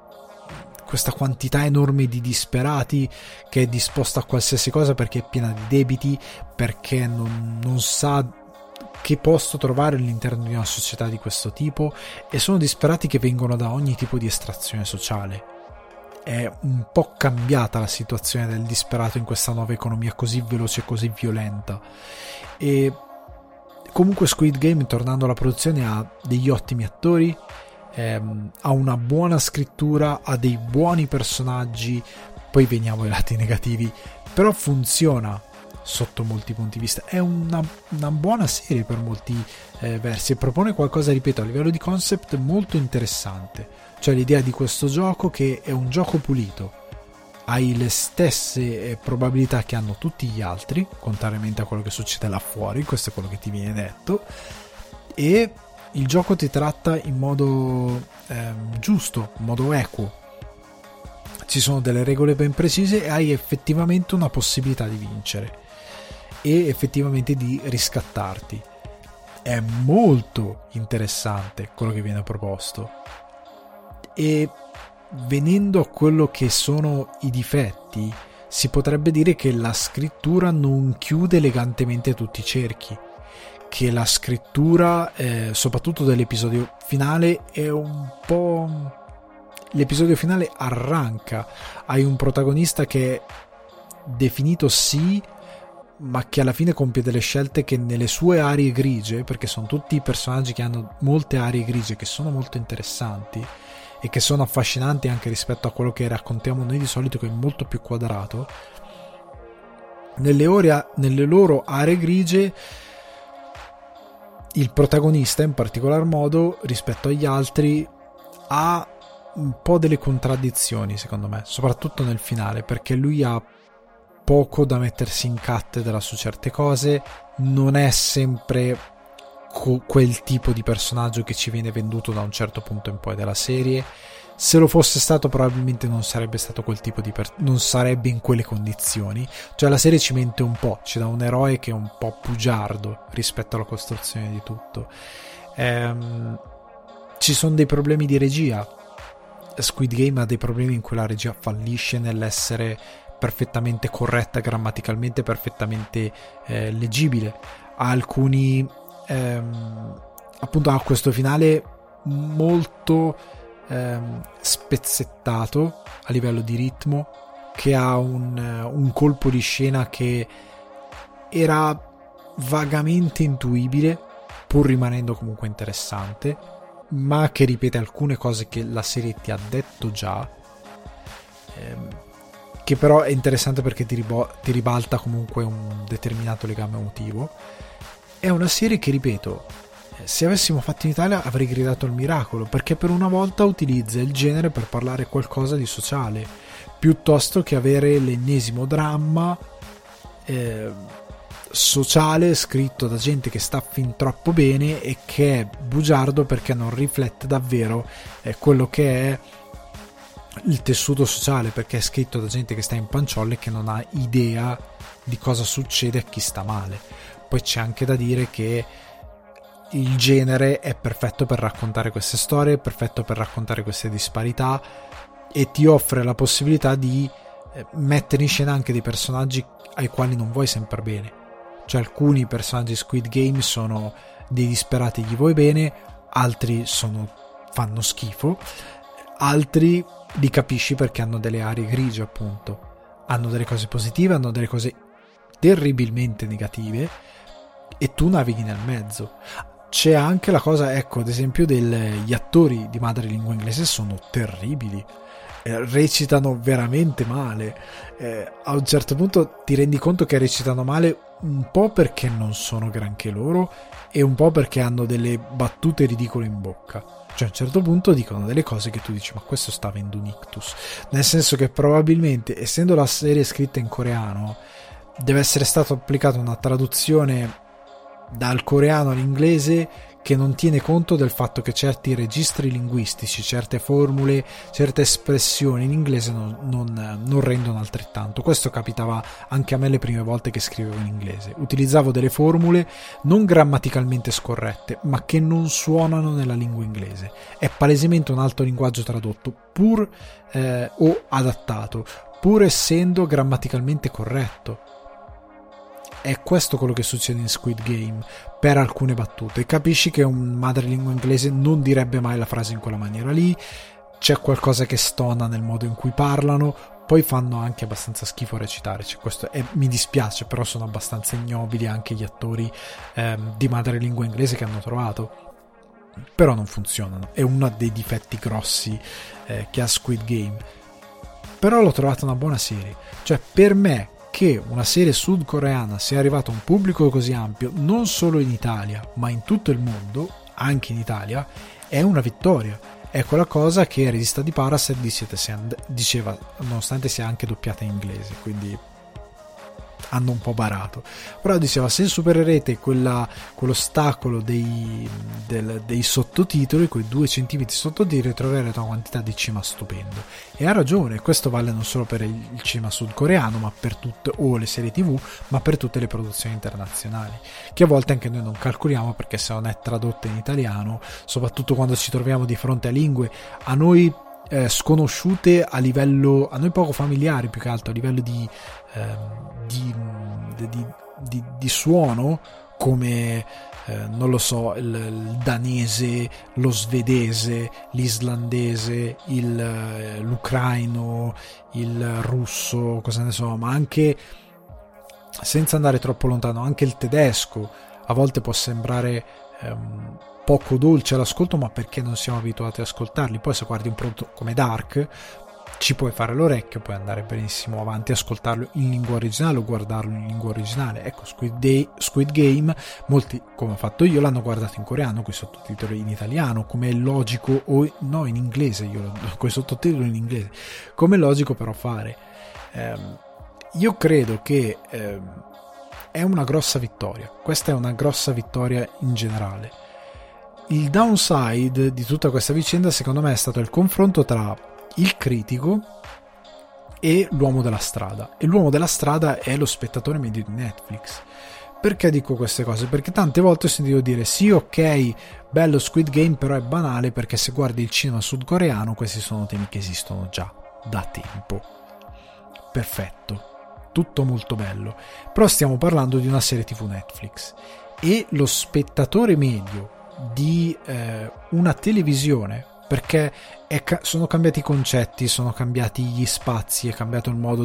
quantità enorme di disperati che è disposta a qualsiasi cosa perché è piena di debiti, perché non sa che posto trovare all'interno di una società di questo tipo, e sono disperati che vengono da ogni tipo di estrazione sociale. È un po' cambiata la situazione del disperato in questa nuova economia così veloce e così violenta. E comunque Squid Game, tornando alla produzione, ha degli ottimi attori, ha una buona scrittura, ha dei buoni personaggi, poi veniamo ai lati negativi, però funziona sotto molti punti di vista. È una buona serie per molti versi, e propone qualcosa, ripeto, a livello di concept molto interessante. Cioè l'idea di questo gioco, che è un gioco pulito, hai le stesse probabilità che hanno tutti gli altri, contrariamente a quello che succede là fuori, questo è quello che ti viene detto, e il gioco ti tratta in modo giusto, in modo equo. Ci sono delle regole ben precise e hai effettivamente una possibilità di vincere e effettivamente di riscattarti. È molto interessante quello che viene proposto. E venendo a quello che sono i difetti, si potrebbe dire che la scrittura non chiude elegantemente tutti i cerchi, che la scrittura soprattutto dell'episodio finale è un po'... l'episodio finale arranca, hai un protagonista che è definito sì, ma che alla fine compie delle scelte che nelle sue aree grigie, perché sono tutti personaggi che hanno molte aree grigie che sono molto interessanti e che sono affascinanti anche rispetto a quello che raccontiamo noi di solito, che è molto più quadrato. Nelle loro aree grigie il protagonista in particolar modo rispetto agli altri ha un po' delle contraddizioni, secondo me, soprattutto nel finale, perché lui ha poco da mettersi in cattedra su certe cose, non è sempre quel tipo di personaggio che ci viene venduto da un certo punto in poi della serie. Se lo fosse stato, probabilmente non sarebbe stato quel tipo di non sarebbe in quelle condizioni. Cioè la serie ci mente un po', ci dà un eroe che è un po' bugiardo rispetto alla costruzione di tutto. Ci sono dei problemi di regia. Squid Game ha dei problemi in cui la regia fallisce nell'essere perfettamente corretta grammaticalmente, perfettamente leggibile. Ha alcuni appunto ha questo finale molto spezzettato a livello di ritmo, che ha un colpo di scena che era vagamente intuibile, pur rimanendo comunque interessante, ma che ripete alcune cose che la serie ti ha detto già, che però è interessante perché ti ribalta comunque un determinato legame emotivo. È una serie che, ripeto, se avessimo fatto in Italia avrei gridato al miracolo, perché per una volta utilizza il genere per parlare qualcosa di sociale, piuttosto che avere l'ennesimo dramma sociale scritto da gente che sta fin troppo bene e che è bugiardo perché non riflette davvero quello che è il tessuto sociale, perché è scritto da gente che sta in panciolle e che non ha idea di cosa succede a chi sta male. Poi c'è anche da dire che il genere è perfetto per raccontare queste storie, è perfetto per raccontare queste disparità, e ti offre la possibilità di mettere in scena anche dei personaggi ai quali non vuoi sempre bene. Cioè, alcuni personaggi Squid Game sono dei disperati, gli vuoi bene, altri fanno schifo, altri li capisci perché hanno delle aree grigie, appunto, hanno delle cose positive, hanno delle cose terribilmente negative e tu navighi nel mezzo. C'è anche la cosa, ecco, ad esempio, gli attori di madrelingua inglese sono terribili, recitano veramente male, a un certo punto ti rendi conto che recitano male un po' perché non sono granché loro e un po' perché hanno delle battute ridicole in bocca. Cioè, a un certo punto dicono delle cose che tu dici, ma questo sta avendo un ictus, nel senso che probabilmente, essendo la serie scritta in coreano, deve essere stata applicata una traduzione dal coreano all'inglese che non tiene conto del fatto che certi registri linguistici, certe formule, certe espressioni in inglese non rendono altrettanto. Questo capitava anche a me le prime volte che scrivevo in inglese. Utilizzavo delle formule non grammaticalmente scorrette, ma che non suonano nella lingua inglese. È palesemente un altro linguaggio tradotto, pur o adattato, pur essendo grammaticalmente corretto. È questo quello che succede in Squid Game per alcune battute. Capisci che un madrelingua inglese non direbbe mai la frase in quella maniera lì, c'è qualcosa che stona nel modo in cui parlano, poi fanno anche abbastanza schifo a recitare, c'è questo, e mi dispiace, però sono abbastanza ignobili anche gli attori di madrelingua inglese che hanno trovato, però non funzionano. È uno dei difetti grossi che ha Squid Game. Però l'ho trovata una buona serie, cioè per me che una serie sudcoreana sia arrivata a un pubblico così ampio, non solo in Italia, ma in tutto il mondo, anche in Italia, è una vittoria. È quella cosa che il regista di Parasite diceva, nonostante sia anche doppiata in inglese, quindi hanno un po' barato, però diceva, se supererete quell'ostacolo dei sottotitoli, quei 2 centimetri sottotitoli, troverete una quantità di cinema stupendo. E ha ragione, questo vale non solo per il cinema sudcoreano, ma per o le serie tv, ma per tutte le produzioni internazionali, che a volte anche noi non calcoliamo, perché se non è tradotta in italiano, soprattutto quando ci troviamo di fronte a lingue a noi sconosciute, a noi poco familiari, più che altro a livello di suono, come non lo so, il danese, lo svedese, l'islandese, l'ucraino, il russo, cosa ne so, ma anche, senza andare troppo lontano, anche il tedesco a volte può sembrare poco dolce all'ascolto, ma perché non siamo abituati ad ascoltarli. Poi se guardi un prodotto come Dark, ci puoi fare l'orecchio, puoi andare benissimo avanti a ascoltarlo in lingua originale o guardarlo in lingua originale. Ecco, Squid Game, molti, come ho fatto io, l'hanno guardato in coreano con i sottotitoli in italiano, come è logico, o no, in inglese, io con i sottotitoli in inglese, come è logico però fare. Io credo che è una grossa vittoria, questa è una grossa vittoria in generale. Il downside di tutta questa vicenda, secondo me, è stato il confronto tra il critico e l'uomo della strada, e l'uomo della strada è lo spettatore medio di Netflix. Perché dico queste cose? Perché tante volte ho sentito dire, sì, ok, bello Squid Game, però è banale, perché se guardi il cinema sudcoreano questi sono temi che esistono già da tempo. Perfetto, tutto molto bello, però stiamo parlando di una serie TV Netflix, e lo spettatore medio di una televisione, perché sono cambiati i concetti, sono cambiati gli spazi, è cambiato il modo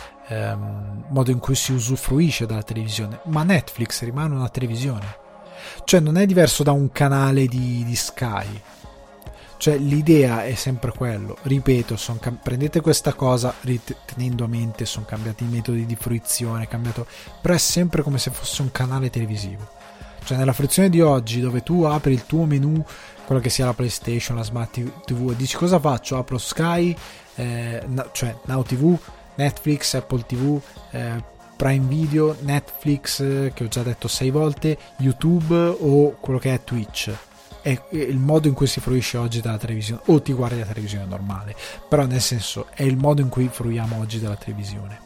in cui si usufruisce della televisione, ma Netflix rimane una televisione, cioè non è diverso da un canale di Sky. Cioè l'idea è sempre quello, ripeto, prendete questa cosa tenendo a mente, sono cambiati i metodi di fruizione, però è sempre come se fosse un canale televisivo. Cioè nella fruizione di oggi, dove tu apri il tuo menu, quello che sia la PlayStation, la Smart TV, e dici cosa faccio? Apro Sky, cioè Now TV, Netflix, Apple TV, Prime Video, Netflix, che ho già detto 6 volte, YouTube o quello che è Twitch. È il modo in cui si fruisce oggi dalla televisione, o ti guardi la televisione normale, però nel senso è il modo in cui fruiamo oggi della televisione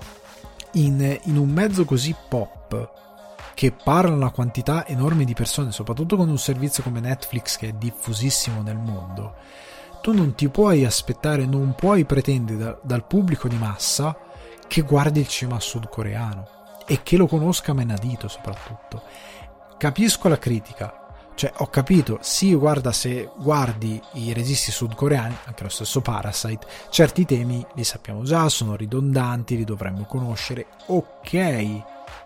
in un mezzo così pop, che parla una quantità enorme di persone, soprattutto con un servizio come Netflix che è diffusissimo nel mondo. Tu non ti puoi aspettare, non puoi pretendere dal pubblico di massa che guardi il cinema sudcoreano e che lo conosca a menadito. Soprattutto capisco la critica, cioè ho capito, sì, guarda, se guardi i registi sudcoreani, anche lo stesso Parasite, certi temi li sappiamo già, sono ridondanti, li dovremmo conoscere, ok.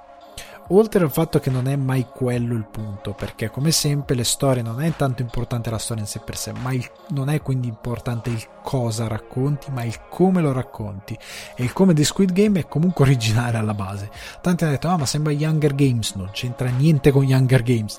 Oltre al fatto che non è mai quello il punto, perché come sempre le storie, non è tanto importante la storia in sé per sé, ma non è quindi importante il cosa racconti, ma il come lo racconti, e il come di Squid Game è comunque originale alla base. Tanti hanno detto ma sembra Hunger Games, non c'entra niente con Hunger Games,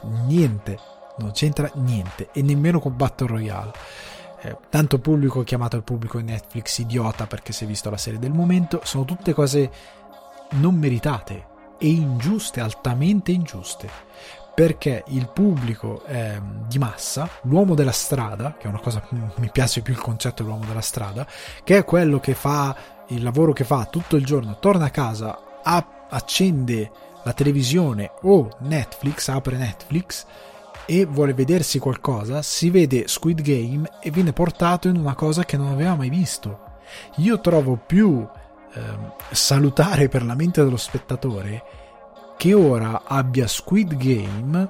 non c'entra niente, e nemmeno con Battle Royale. Tanto pubblico chiamato il pubblico di Netflix idiota perché si è visto la serie del momento, sono tutte cose non meritate e ingiuste, altamente ingiuste, perché il pubblico di massa, l'uomo della strada, che è una cosa, mi piace più il concetto dell'uomo della strada, che è quello che fa il lavoro che fa tutto il giorno, torna a casa, accende la televisione o Netflix, apre Netflix e vuole vedersi qualcosa, si vede Squid Game e viene portato in una cosa che non aveva mai visto. Io trovo più salutare per la mente dello spettatore che ora abbia Squid Game,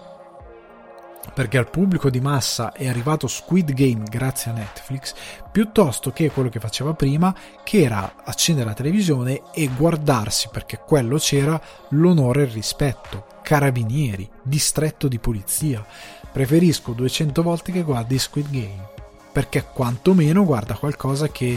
perché al pubblico di massa è arrivato Squid Game grazie a Netflix, piuttosto che quello che faceva prima, che era accendere la televisione e guardarsi, perché quello c'era, l'onore e il rispetto, carabinieri, distretto di polizia. Preferisco 200 volte che guardi Squid Game, perché quantomeno guarda qualcosa che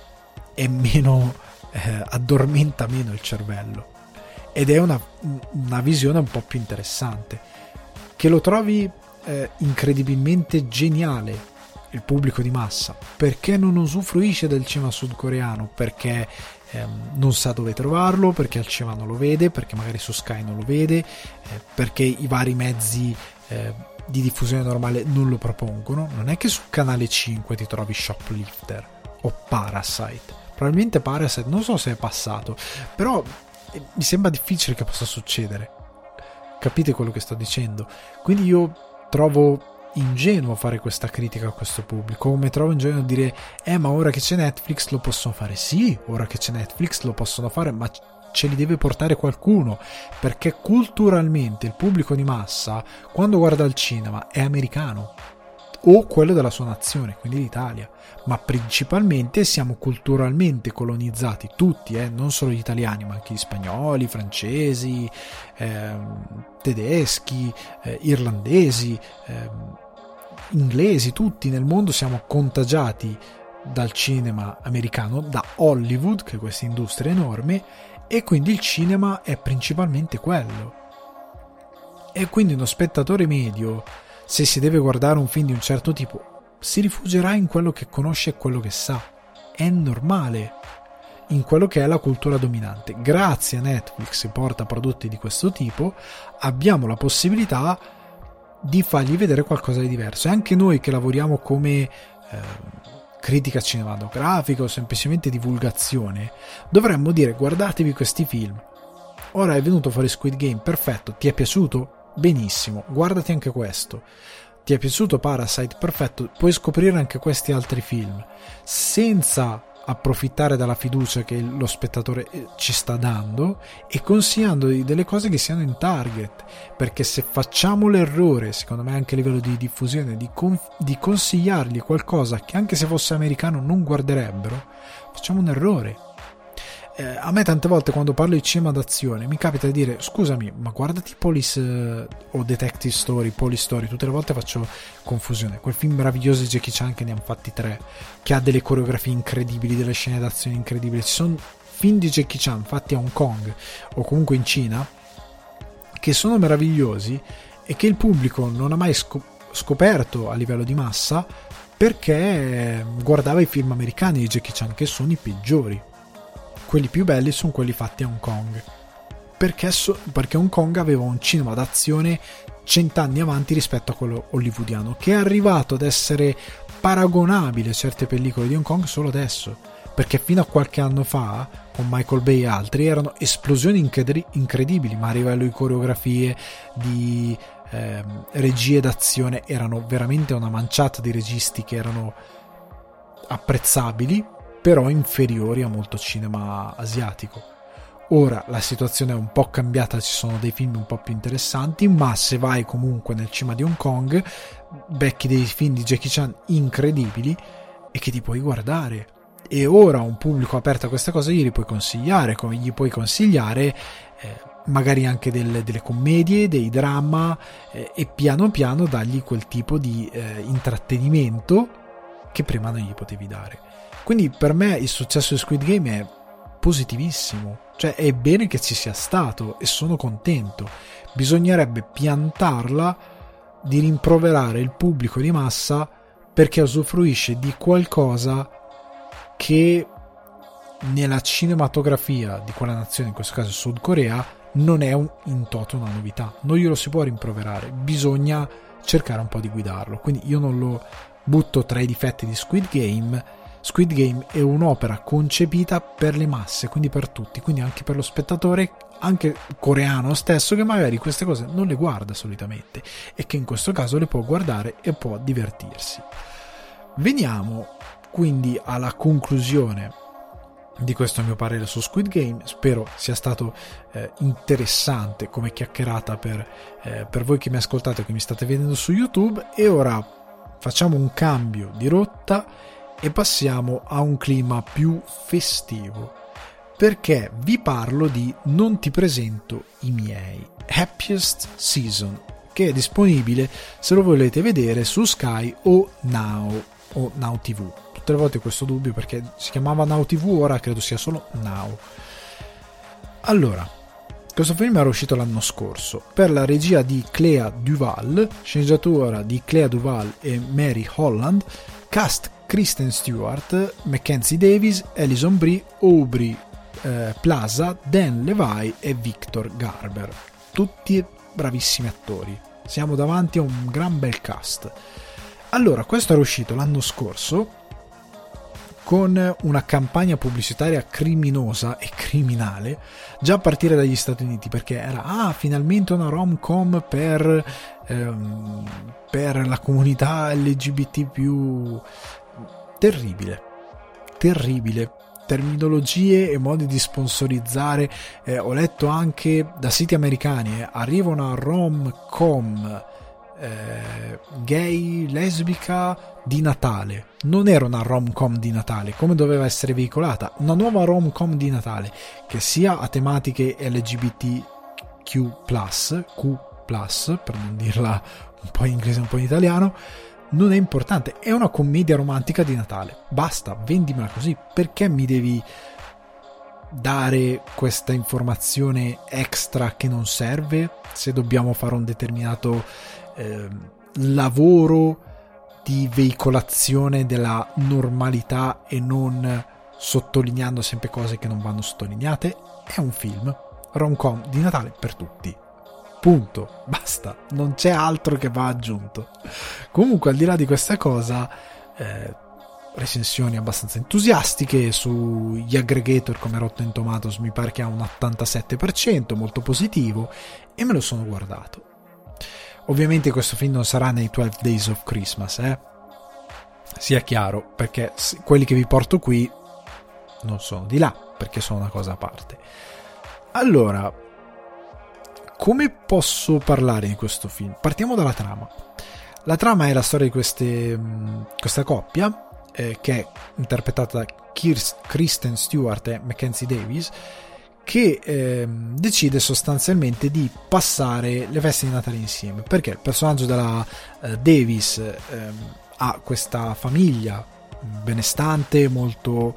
è meno addormenta meno il cervello, ed è una visione un po' più interessante. Che lo trovi incredibilmente geniale il pubblico di massa, perché non usufruisce del cinema sudcoreano, perché non sa dove trovarlo, perché al cinema non lo vede, perché magari su Sky non lo vede, perché i vari mezzi di diffusione normale non lo propongono. Non è che su Canale 5 ti trovi Shoplifter o Parasite. Probabilmente Parasite non so se è passato, però mi sembra difficile che possa succedere. Capite quello che sto dicendo? Quindi io trovo ingenuo fare questa critica a questo pubblico, come trovo ingenuo dire ma ora che c'è Netflix lo possono fare. Sì, ora che c'è Netflix lo possono fare, ma ce li deve portare qualcuno, perché culturalmente il pubblico di massa, quando guarda il cinema, è americano o quello della sua nazione, quindi l'Italia, ma principalmente siamo culturalmente colonizzati tutti, non solo gli italiani, ma anche gli spagnoli, francesi, tedeschi, irlandesi, inglesi, tutti nel mondo siamo contagiati dal cinema americano, da Hollywood, che è questa industria enorme, e quindi il cinema è principalmente quello. E quindi uno spettatore medio, se si deve guardare un film di un certo tipo, si rifugierà in quello che conosce e quello che sa. È normale, in quello che è la cultura dominante. Grazie a Netflix, che porta prodotti di questo tipo, abbiamo la possibilità di fargli vedere qualcosa di diverso. E anche noi che lavoriamo come critica cinematografica o semplicemente divulgazione, dovremmo dire: guardatevi questi film. Ora è venuto fuori Squid Game, perfetto, ti è piaciuto? Benissimo, guardati anche questo. Ti è piaciuto Parasite? Perfetto, puoi scoprire anche questi altri film, senza approfittare della fiducia che lo spettatore ci sta dando e consigliandogli delle cose che siano in target, perché se facciamo l'errore, secondo me anche a livello di diffusione, di consigliargli qualcosa che anche se fosse americano non guarderebbero, facciamo un errore. A me tante volte quando parlo di cinema d'azione mi capita di dire: scusami, ma guardati Police o Detective Story, Police Story, tutte le volte faccio confusione, quel film meraviglioso di Jackie Chan, che ne hanno fatti 3, che ha delle coreografie incredibili, delle scene d'azione incredibili. Ci sono film di Jackie Chan fatti a Hong Kong o comunque in Cina che sono meravigliosi e che il pubblico non ha mai scoperto a livello di massa, perché guardava i film americani di Jackie Chan, che sono i peggiori. Quelli più belli sono quelli fatti a Hong Kong, perché Hong Kong aveva un cinema d'azione 100 anni avanti rispetto a quello hollywoodiano, che è arrivato ad essere paragonabile a certe pellicole di Hong Kong solo adesso, perché fino a qualche anno fa con Michael Bay e altri erano esplosioni incredibili, ma a livello di coreografie, di regie d'azione erano veramente una manciata di registi che erano apprezzabili, però inferiori a molto cinema asiatico. Ora la situazione è un po' cambiata, ci sono dei film un po' più interessanti, ma se vai comunque nel cinema di Hong Kong becchi dei film di Jackie Chan incredibili e che ti puoi guardare. E ora un pubblico aperto a queste cose gli puoi consigliare, come gli puoi consigliare magari anche delle commedie, dei dramma, e piano piano dargli quel tipo di intrattenimento che prima non gli potevi dare. Quindi per me il successo di Squid Game è positivissimo, cioè è bene che ci sia stato e sono contento. Bisognerebbe piantarla di rimproverare il pubblico di massa perché usufruisce di qualcosa che nella cinematografia di quella nazione, in questo caso Sud Corea, non è in toto una novità. Non glielo si può rimproverare, bisogna cercare un po' di guidarlo. Quindi io non lo butto tra i difetti di Squid Game. Squid Game è un'opera concepita per le masse, quindi per tutti, quindi anche per lo spettatore, anche coreano stesso, che magari queste cose non le guarda solitamente e che in questo caso le può guardare e può divertirsi. Veniamo quindi alla conclusione di questo mio parere su Squid Game. Spero sia stato interessante come chiacchierata per voi che mi ascoltate o che mi state vedendo su YouTube. E ora facciamo un cambio di rotta e passiamo a un clima più festivo, perché vi parlo di Non ti presento i miei, Happiest Season, che è disponibile, se lo volete vedere, su Sky o Now TV. Tutte le volte questo dubbio perché si chiamava Now TV, ora credo sia solo Now. Allora, questo film era uscito l'anno scorso per la regia di Clea Duvall, sceneggiatura di Clea Duvall e Mary Holland, cast Kristen Stewart, Mackenzie Davis, Alison Brie, Aubrey Plaza, Dan Levy e Victor Garber. Tutti bravissimi attori. Siamo davanti a un gran bel cast. Allora, questo era uscito l'anno scorso con una campagna pubblicitaria criminosa e criminale già a partire dagli Stati Uniti, perché era finalmente una rom-com per la comunità LGBT+. Terribile, terminologie e modi di sponsorizzare. Ho letto anche da siti americani arriva una rom-com gay, lesbica di Natale. Non era una rom-com di Natale come doveva essere veicolata, una nuova rom-com di Natale che sia a tematiche LGBTQ+, Q+, per non dirla un po' in inglese un po' in italiano. Non è importante, è una commedia romantica di Natale, basta, vendimela così. Perché mi devi dare questa informazione extra che non serve, se dobbiamo fare un determinato lavoro di veicolazione della normalità e non sottolineando sempre cose che non vanno sottolineate? È un film rom-com di Natale per tutti. Punto, basta, non c'è altro che va aggiunto. Comunque, al di là di questa cosa, recensioni abbastanza entusiastiche sugli aggregator come Rotten Tomatoes, mi pare che ha un 87%, molto positivo, e me lo sono guardato. Ovviamente questo film non sarà nei 12 Days of Christmas, sia chiaro, perché quelli che vi porto qui non sono di là, perché sono una cosa a parte. Allora, come posso parlare di questo film? Partiamo dalla trama. La trama è la storia di questa coppia che è interpretata da Kristen Stewart e Mackenzie Davis, che decide sostanzialmente di passare le feste di Natale insieme, perché il personaggio della Davis ha questa famiglia benestante, molto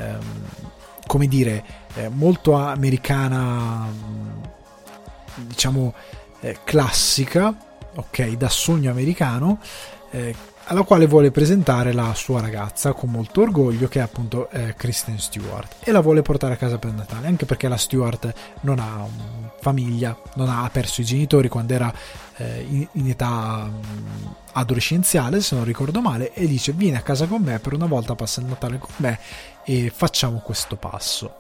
come dire, molto americana, diciamo classica, ok, da sogno americano, alla quale vuole presentare la sua ragazza con molto orgoglio, che è appunto Kristen Stewart, e la vuole portare a casa per Natale, anche perché la Stewart non ha famiglia, ha perso i genitori quando era in età adolescenziale, se non ricordo male, e dice: vieni a casa con me, per una volta passa il Natale con me e facciamo questo passo.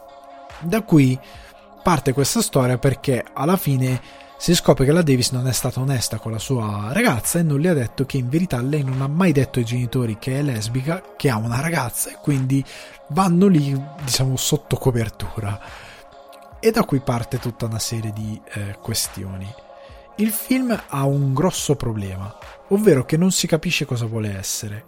Da qui parte questa storia, perché alla fine si scopre che la Davis non è stata onesta con la sua ragazza e non le ha detto che in verità lei non ha mai detto ai genitori che è lesbica, che ha una ragazza, e quindi vanno lì, diciamo, sotto copertura. E da qui parte tutta una serie di questioni. Il film ha un grosso problema, ovvero che non si capisce cosa vuole essere,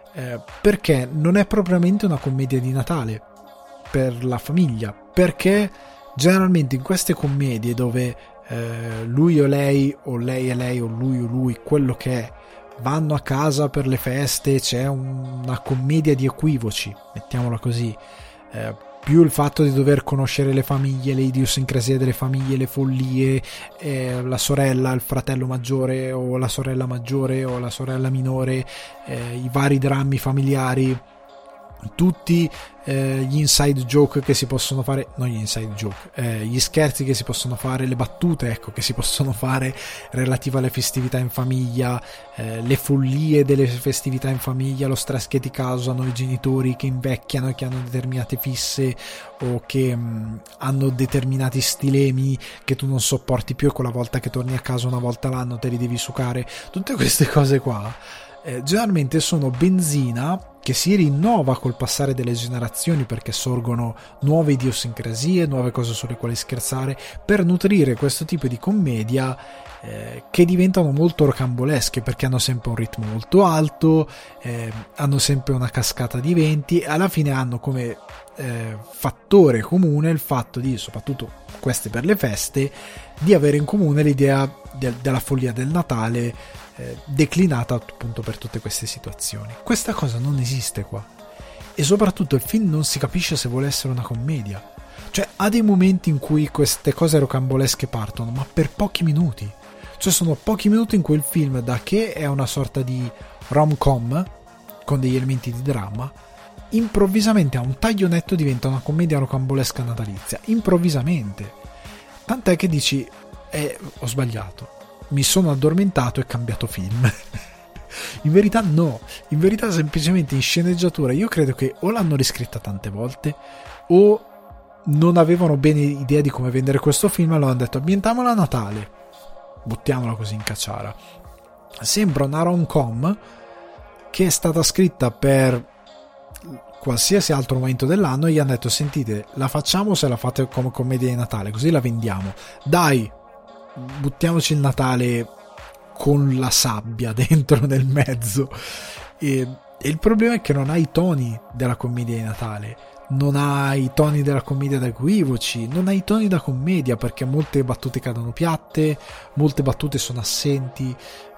perché non è propriamente una commedia di Natale per la famiglia, perché generalmente in queste commedie dove lui o lei e lei o lui, quello che è, vanno a casa per le feste, c'è una commedia di equivoci, mettiamola così, più il fatto di dover conoscere le famiglie, le idiosincrasie delle famiglie, le follie, la sorella, il fratello maggiore o la sorella maggiore o la sorella minore, i vari drammi familiari, tutti gli inside joke che si possono fare, non gli inside joke, gli scherzi che si possono fare, le battute, ecco, che si possono fare relative alle festività in famiglia, le follie delle festività in famiglia, lo stress che ti causano i genitori che invecchiano e che hanno determinate fisse o che hanno determinati stilemi che tu non sopporti più, e quella volta che torni a casa una volta l'anno te li devi sucare. Tutte queste cose qua generalmente sono benzina che si rinnova col passare delle generazioni, perché sorgono nuove idiosincrasie, nuove cose sulle quali scherzare, per nutrire questo tipo di commedia che diventano molto rocambolesche, perché hanno sempre un ritmo molto alto, hanno sempre una cascata di eventi, e alla fine hanno come fattore comune il fatto di, soprattutto queste per le feste, di avere in comune l'idea della follia del Natale, declinata appunto per tutte queste situazioni. Questa cosa non esiste qua, e soprattutto il film non si capisce se vuole essere una commedia. Cioè, ha dei momenti in cui queste cose rocambolesche partono, ma per pochi minuti. Cioè, sono pochi minuti in cui il film, da che è una sorta di rom-com con degli elementi di dramma, improvvisamente a un taglio netto diventa una commedia rocambolesca natalizia, improvvisamente. Tant'è che dici: ho sbagliato, mi sono addormentato e cambiato film. In verità no, in verità semplicemente in sceneggiatura io credo che o l'hanno riscritta tante volte o non avevano bene idea di come vendere questo film, allora hanno detto: ambientiamola a Natale, buttiamola così in cacciara. Sembra una rom-com che è stata scritta per qualsiasi altro momento dell'anno, e gli hanno detto: sentite, la facciamo se la fate come commedia di Natale, così la vendiamo, dai, buttiamoci il Natale con la sabbia dentro nel mezzo. E il problema è che non ha i toni della commedia di Natale, non ha i toni della commedia da equivoci, non ha i toni da commedia, perché molte battute cadono piatte, molte battute sono assenti,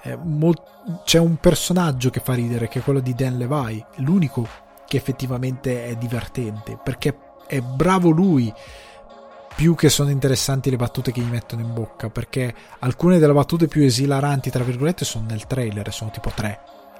c'è un personaggio che fa ridere, che è quello di Dan Levy, l'unico che effettivamente è divertente, perché è bravo lui, più che sono interessanti le battute che gli mettono in bocca, perché alcune delle battute più esilaranti tra virgolette sono nel trailer, sono tipo 3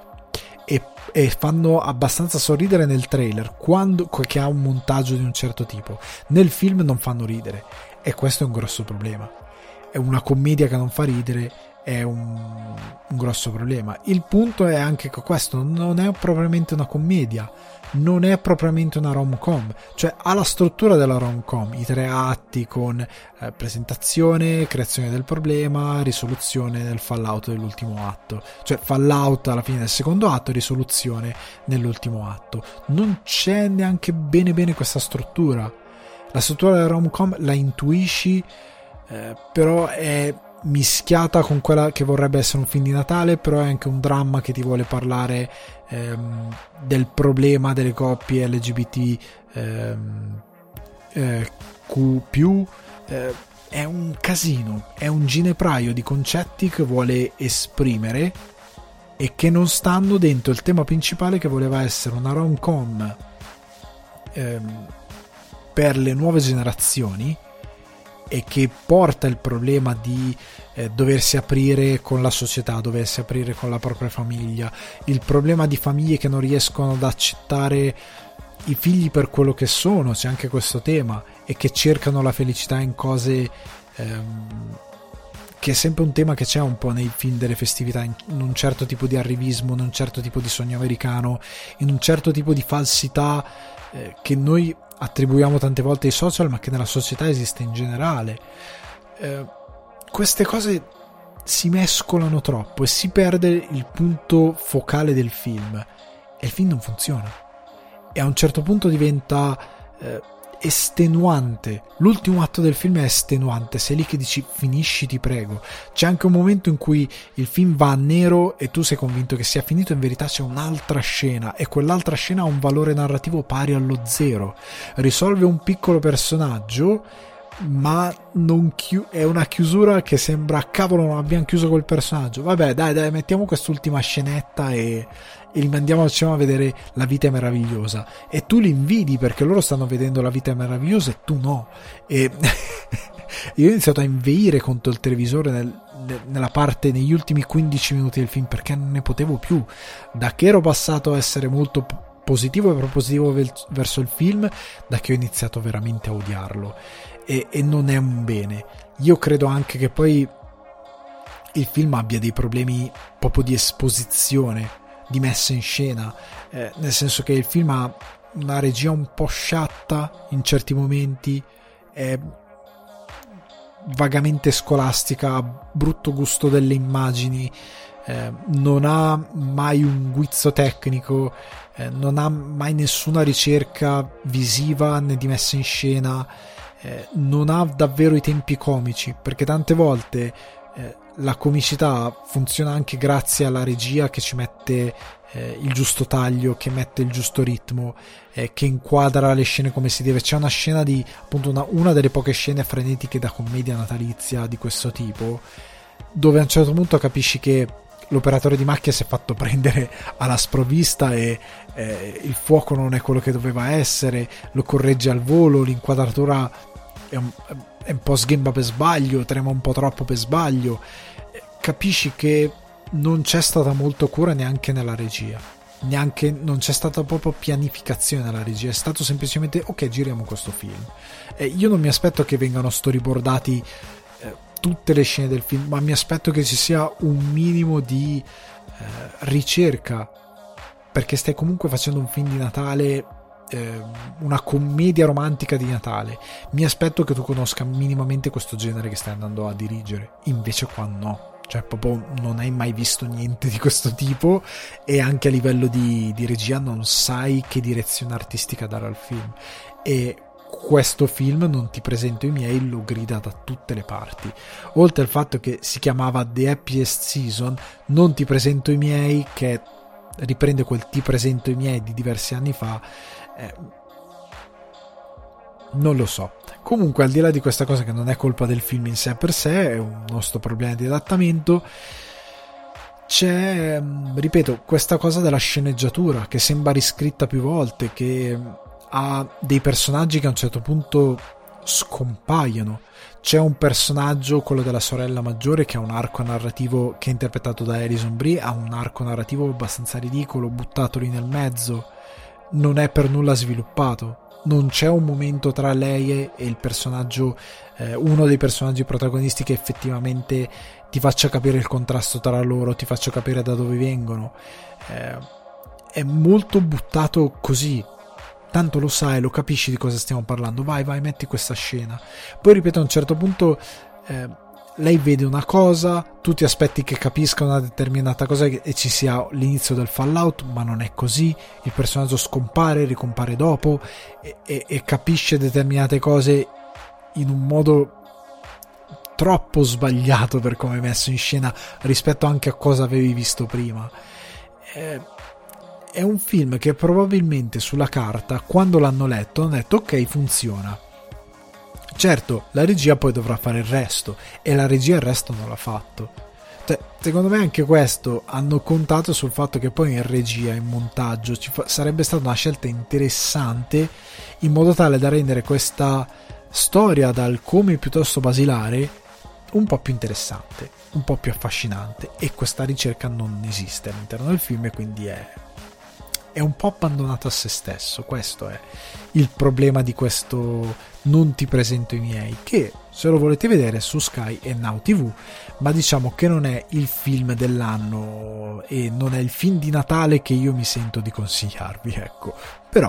e fanno abbastanza sorridere nel trailer, che ha un montaggio di un certo tipo. Nel film non fanno ridere, e questo è un grosso problema. È una commedia che non fa ridere, è un grosso problema. Il punto è anche che questo non è propriamente una commedia, non è propriamente una rom-com, cioè ha la struttura della rom-com, i 3 atti con presentazione, creazione del problema, risoluzione del fallout dell'ultimo atto, cioè fallout alla fine del secondo atto e risoluzione nell'ultimo atto. Non c'è neanche bene questa struttura. La struttura della rom-com la intuisci, però è mischiata con quella che vorrebbe essere un film di Natale, però è anche un dramma che ti vuole parlare del problema delle coppie LGBT Q+, è un casino, è un ginepraio di concetti che vuole esprimere e che non stanno dentro il tema principale, che voleva essere una rom-com per le nuove generazioni, e che porta il problema di doversi aprire con la società, doversi aprire con la propria famiglia, il problema di famiglie che non riescono ad accettare i figli per quello che sono, c'è anche questo tema, e che cercano la felicità in cose che è sempre un tema che c'è un po' nei film delle festività, in un certo tipo di arrivismo, in un certo tipo di sogno americano, in un certo tipo di falsità che noi attribuiamo tante volte ai social, ma che nella società esiste in generale. Queste cose si mescolano troppo e si perde il punto focale del film, e il film non funziona, e a un certo punto diventa estenuante. L'ultimo atto del film è estenuante, sei lì che dici finisci, ti prego. C'è anche un momento in cui il film va a nero e tu sei convinto che sia finito, in verità c'è un'altra scena, e quell'altra scena ha un valore narrativo pari allo 0, risolve un piccolo personaggio, ma è una chiusura che sembra cavolo, non abbiamo chiuso quel personaggio, vabbè dai mettiamo quest'ultima scenetta e li mandiamo al cinema a vedere La vita è meravigliosa, e tu li invidi perché loro stanno vedendo La vita è meravigliosa e tu no. E io ho iniziato a inveire contro il televisore nella parte, negli ultimi 15 minuti del film, perché non ne potevo più, da che ero passato a essere molto positivo e propositivo verso il film, da che ho iniziato veramente a odiarlo, e non è un bene. Io credo anche che poi il film abbia dei problemi proprio di esposizione, di messa in scena, nel senso che il film ha una regia un po' sciatta in certi momenti, è vagamente scolastica, brutto gusto delle immagini, non ha mai un guizzo tecnico, non ha mai nessuna ricerca visiva né di messa in scena, non ha davvero i tempi comici, perché tante volte la comicità funziona anche grazie alla regia che ci mette il giusto taglio, che mette il giusto ritmo, che inquadra le scene come si deve. C'è una scena di appunto una delle poche scene frenetiche da commedia natalizia di questo tipo, dove a un certo punto capisci che l'operatore di macchina si è fatto prendere alla sprovvista e il fuoco non è quello che doveva essere, lo corregge al volo, l'inquadratura è un po' sghemba per sbaglio, trema un po' troppo per sbaglio, capisci che non c'è stata molto cura neanche nella regia, neanche non c'è stata proprio pianificazione nella regia, è stato semplicemente ok, giriamo questo film. Io non mi aspetto che vengano storyboardati tutte le scene del film, ma mi aspetto che ci sia un minimo di ricerca, perché stai comunque facendo un film di Natale, una commedia romantica di Natale. Mi aspetto che tu conosca minimamente questo genere che stai andando a dirigere, invece qua no, cioè proprio non hai mai visto niente di questo tipo, e anche a livello di regia non sai che direzione artistica dare al film, e questo film Non ti presento i miei lo grida da tutte le parti. Oltre al fatto che si chiamava The Happiest Season, Non ti presento i miei, che riprende quel Ti presento i miei di diversi anni fa, non lo so. Comunque, al di là di questa cosa, che non è colpa del film in sé per sé, è un nostro problema di adattamento, c'è, ripeto, questa cosa della sceneggiatura che sembra riscritta più volte, che ha dei personaggi che a un certo punto scompaiono. C'è un personaggio, quello della sorella maggiore, che ha un arco narrativo, che è interpretato da Alison Brie, ha un arco narrativo abbastanza ridicolo, buttato lì nel mezzo, non è per nulla sviluppato, non c'è un momento tra lei e il personaggio uno dei personaggi protagonisti che effettivamente ti faccia capire il contrasto tra loro, ti faccia capire da dove vengono. È molto buttato così, tanto lo sai, lo capisci di cosa stiamo parlando, vai metti questa scena. Poi ripeto, a un certo punto lei vede una cosa, tu ti aspetti che capisca una determinata cosa e ci sia l'inizio del fallout, ma non è così. Il personaggio scompare, ricompare dopo e capisce determinate cose in un modo troppo sbagliato per come è messo in scena rispetto anche a cosa avevi visto prima. È un film che probabilmente sulla carta, quando l'hanno letto, hanno detto ok, funziona. Certo, la regia poi dovrà fare il resto, e la regia il resto non l'ha fatto. Secondo me anche questo hanno contato sul fatto che poi in regia, in montaggio sarebbe stata una scelta interessante, in modo tale da rendere questa storia dal come piuttosto basilare un po' più interessante, un po' più affascinante, e questa ricerca non esiste all'interno del film, e quindi è un po' abbandonato a se stesso. Questo è il problema di questo Non ti presento i miei, che se lo volete vedere su Sky e Now TV, ma diciamo che non è il film dell'anno e non è il film di Natale che io mi sento di consigliarvi, ecco. Però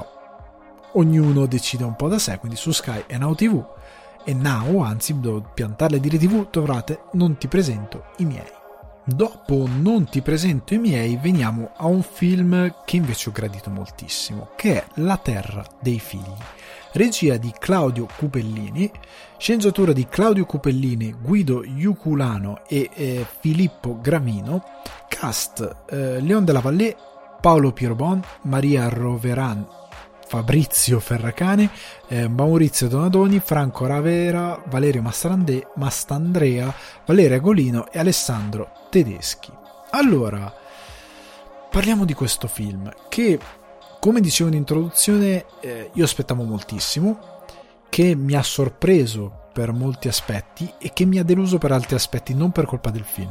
ognuno decide un po' da sé, quindi su Sky e Now TV, e Now, anzi devo piantarle dire TV, troverete Non ti presento i miei. Dopo Non ti presento i miei veniamo a un film che invece ho gradito moltissimo, che è La terra dei figli, regia di Claudio Cupellini, sceneggiatura di Claudio Cupellini, Guido Iuculano e Filippo Gravino, cast Leon della Vallée, Paolo Pierbon, Maria Roveran, Fabrizio Ferracane, Maurizio Donadoni, Franco Ravera, Valerio Mastandrea, Valeria Golino e Alessandro Tedeschi. Allora, parliamo di questo film che, come dicevo in introduzione, io aspettavo moltissimo, che mi ha sorpreso per molti aspetti e che mi ha deluso per altri aspetti, non per colpa del film,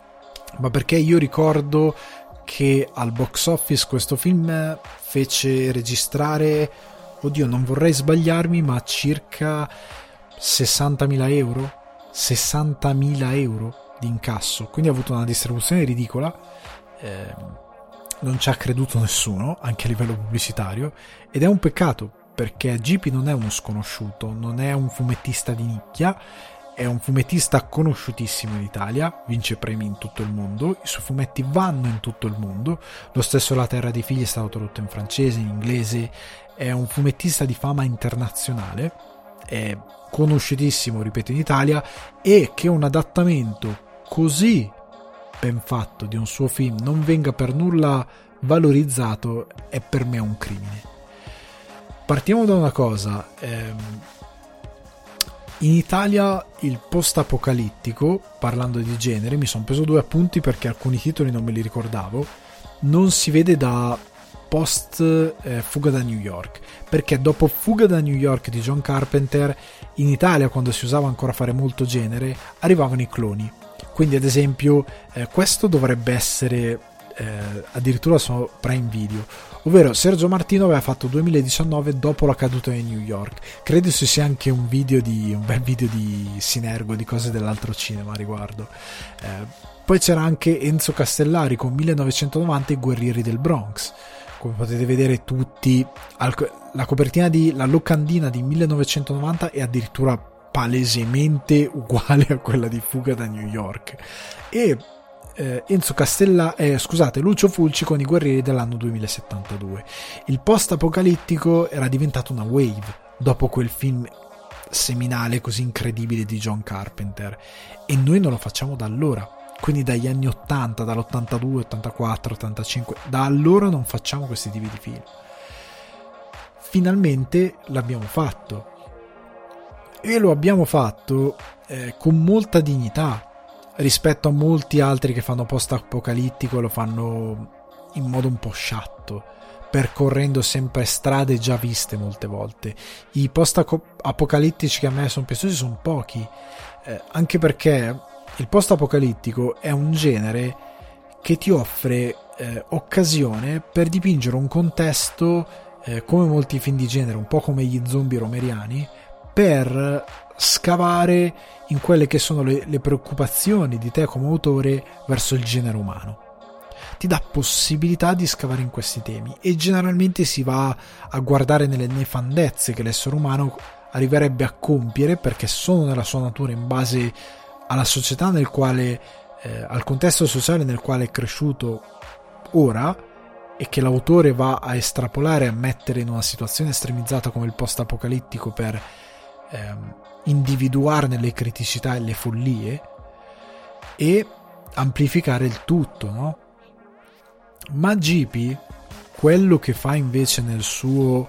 ma perché io ricordo che al box office questo film fece registrare, oddio, non vorrei sbagliarmi, ma circa 60.000 euro, 60.000 euro di incasso, quindi ha avuto una distribuzione ridicola, non ci ha creduto nessuno, anche a livello pubblicitario, ed è un peccato, perché GP non è uno sconosciuto, non è un fumettista di nicchia, è un fumettista conosciutissimo in Italia, vince premi in tutto il mondo, i suoi fumetti vanno in tutto il mondo, lo stesso La terra dei figli è stato tradotto in francese, in inglese, è un fumettista di fama internazionale, è conosciutissimo, ripeto, in Italia, e che un adattamento così ben fatto di un suo film non venga per nulla valorizzato è per me un crimine. Partiamo da una cosa, in Italia il post-apocalittico, parlando di genere, mi sono preso 2 appunti perché alcuni titoli non me li ricordavo, non si vede da post Fuga da New York, perché dopo Fuga da New York di John Carpenter, in Italia, quando si usava ancora fare molto genere, arrivavano i cloni. Quindi ad esempio questo dovrebbe essere addirittura su Prime Video, ovvero Sergio Martino aveva fatto 2019 dopo la caduta di New York. Credo ci sia anche un bel video di Sinergo, di cose dell'altro cinema a riguardo. Poi c'era anche Enzo Castellari con 1990 i Guerrieri del Bronx, come potete vedere tutti. La copertina la locandina di 1990 è addirittura palesemente uguale a quella di Fuga da New York, e Lucio Fulci con i Guerrieri dell'anno 2072. Il post apocalittico era diventato una wave dopo quel film seminale così incredibile di John Carpenter, e noi non lo facciamo da allora, quindi dagli anni 80, dall'82, 84, 85, da allora non facciamo questi tipi di film. Finalmente l'abbiamo fatto, e lo abbiamo fatto con molta dignità rispetto a molti altri che fanno post-apocalittico e lo fanno in modo un po' sciatto, percorrendo sempre strade già viste molte volte. I post-apocalittici che a me sono piaciuti sono pochi, anche perché il post-apocalittico è un genere che ti offre occasione per dipingere un contesto, come molti film di genere, un po' come gli zombie romeriani, per scavare in quelle che sono le preoccupazioni di te come autore verso il genere umano. Ti dà possibilità di scavare in questi temi e generalmente si va a guardare nelle nefandezze che l'essere umano arriverebbe a compiere, perché sono nella sua natura in base alla società nel quale al contesto sociale nel quale è cresciuto ora, e che l'autore va a estrapolare e a mettere in una situazione estremizzata come il post-apocalittico per individuarne le criticità e le follie e amplificare il tutto, no? Ma GP, quello che fa invece nel suo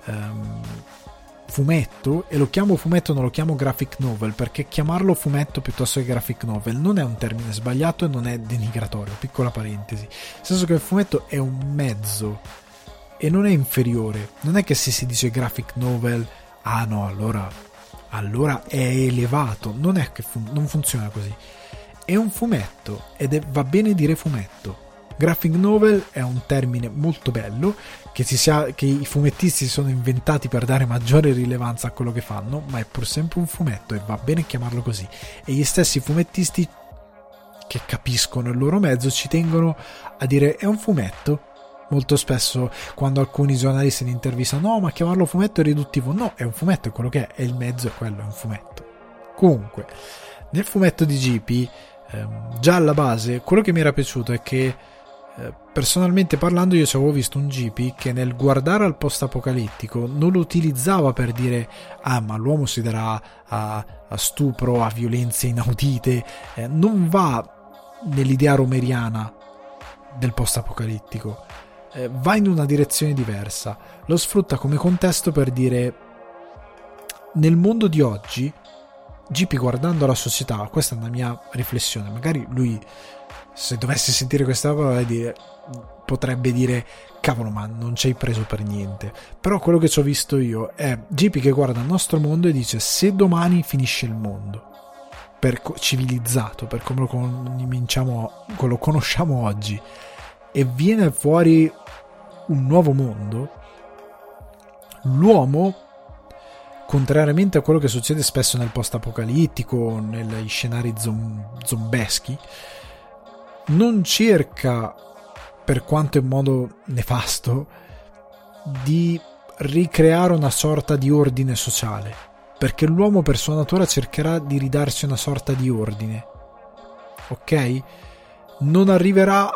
fumetto, e lo chiamo fumetto, non lo chiamo graphic novel, perché chiamarlo fumetto piuttosto che graphic novel non è un termine sbagliato e non è denigratorio, piccola parentesi, nel senso che il fumetto è un mezzo e non è inferiore. Non è che se si dice graphic novel, ah no, allora è elevato. Non è che non funziona così. È un fumetto ed va bene dire fumetto. Graphic novel è un termine molto bello che i fumettisti si sono inventati per dare maggiore rilevanza a quello che fanno, ma è pur sempre un fumetto e va bene chiamarlo così. E gli stessi fumettisti che capiscono il loro mezzo ci tengono a dire è un fumetto. Molto spesso quando alcuni giornalisti in intervistano, no, ma chiamarlo fumetto è riduttivo. No, è un fumetto, è quello che è il mezzo è quello, è un fumetto. Comunque, nel fumetto di GP, già alla base, quello che mi era piaciuto è che personalmente parlando io ci avevo visto un GP che nel guardare al post-apocalittico non lo utilizzava per dire ah ma l'uomo si darà a stupro, a violenze inaudite, non va nell'idea romeriana del post-apocalittico, va in una direzione diversa, lo sfrutta come contesto per dire nel mondo di oggi GP, guardando la società, questa è una mia riflessione, magari lui se dovesse sentire questa parola potrebbe dire cavolo ma non ci hai preso per niente, però quello che ci ho visto io è GP che guarda il nostro mondo e dice se domani finisce il mondo civilizzato per come lo conosciamo oggi e viene fuori un nuovo mondo, l'uomo, contrariamente a quello che succede spesso nel post-apocalittico, negli scenari zombeschi, non cerca, per quanto in modo nefasto, di ricreare una sorta di ordine sociale, perché l'uomo per sua natura cercherà di ridarsi una sorta di ordine, ok? Non arriverà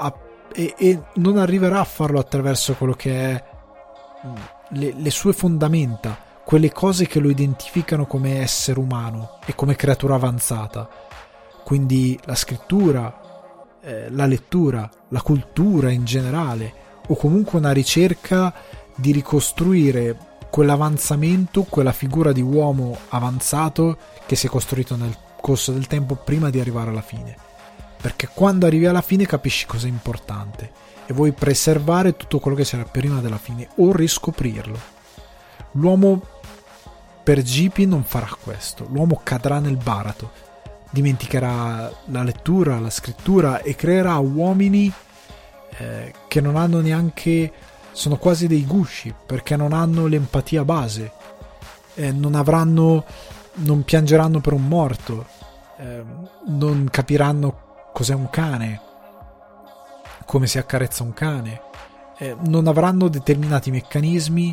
a farlo attraverso quello che è le sue fondamenta, quelle cose che lo identificano come essere umano e come creatura avanzata, quindi la scrittura, la lettura, la cultura in generale, o comunque una ricerca di ricostruire quell'avanzamento, quella figura di uomo avanzato che si è costruito nel corso del tempo prima di arrivare alla fine, perché quando arrivi alla fine capisci cosa è importante e vuoi preservare tutto quello che c'era prima della fine o riscoprirlo. L'uomo per GP non farà questo, l'uomo cadrà nel baratro, dimenticherà la lettura, la scrittura e creerà uomini che non hanno neanche, sono quasi dei gusci perché non hanno l'empatia base, non piangeranno per un morto, non capiranno cos'è un cane, come si accarezza un cane, non avranno determinati meccanismi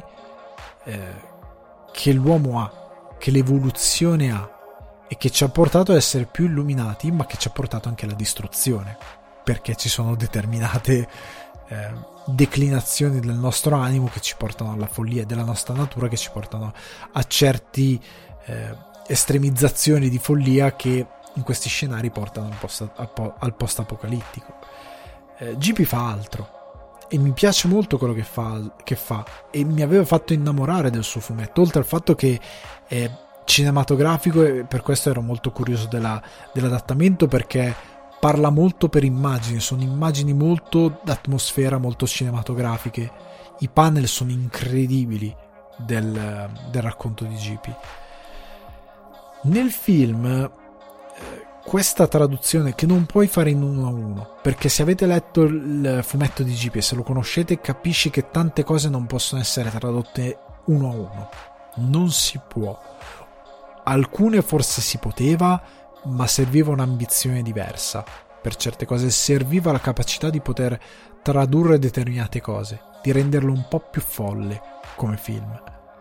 che l'uomo ha, che l'evoluzione ha e che ci ha portato ad essere più illuminati, ma che ci ha portato anche alla distruzione, perché ci sono determinate declinazioni del nostro animo che ci portano alla follia, della nostra natura che ci portano a certi estremizzazioni di follia che in questi scenari portano al post-apocalittico. GP fa altro e mi piace molto quello che fa e mi aveva fatto innamorare del suo fumetto, oltre al fatto che è cinematografico, e per questo ero molto curioso dell'adattamento, perché parla molto per immagini, sono immagini molto d'atmosfera, molto cinematografiche, i panel sono incredibili del racconto di GP. Nel film questa traduzione che non puoi fare in 1-1, perché se avete letto il fumetto di GP e se lo conoscete capisci che tante cose non possono essere tradotte 1-1, non si può. alcune forse si poteva, ma serviva un'ambizione diversa. Per certe cose serviva la capacità di poter tradurre determinate cose, di renderlo un po' più folle come film,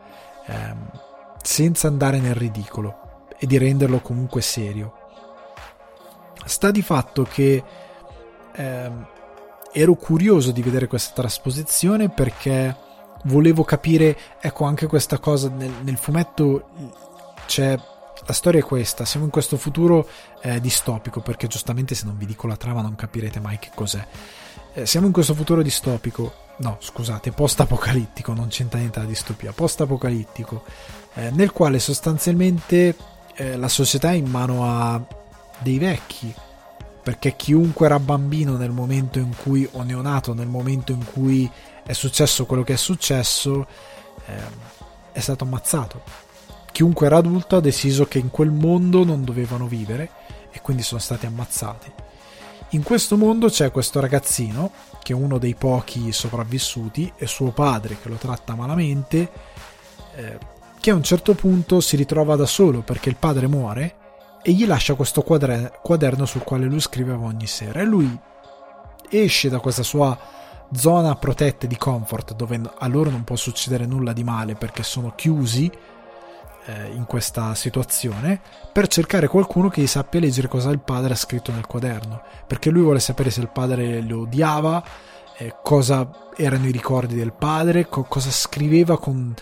senza andare nel ridicolo, e di renderlo comunque serio. Sta di fatto che ero curioso di vedere questa trasposizione, perché volevo capire, ecco, anche questa cosa nel fumetto c'è. La storia è questa: siamo in questo futuro distopico, perché giustamente se non vi dico la trama non capirete mai che cos'è. Siamo in questo futuro distopico, no scusate, post-apocalittico, non c'entra niente la distopia, post-apocalittico, nel quale sostanzialmente la società è in mano a dei vecchi, perché chiunque era bambino nel momento in cui, o neonato nel momento in cui è successo quello che è successo, è stato ammazzato. Chiunque era adulto ha deciso che in quel mondo non dovevano vivere e quindi sono stati ammazzati. In questo mondo c'è questo ragazzino, che è uno dei pochi sopravvissuti, e suo padre che lo tratta malamente, che a un certo punto si ritrova da solo perché il padre muore e gli lascia questo quaderno sul quale lui scriveva ogni sera, e lui esce da questa sua zona protetta di comfort, dove a loro non può succedere nulla di male perché sono chiusi in questa situazione, per cercare qualcuno che gli sappia leggere cosa il padre ha scritto nel quaderno, perché lui vuole sapere se il padre lo odiava, cosa erano i ricordi del padre, cosa scriveva con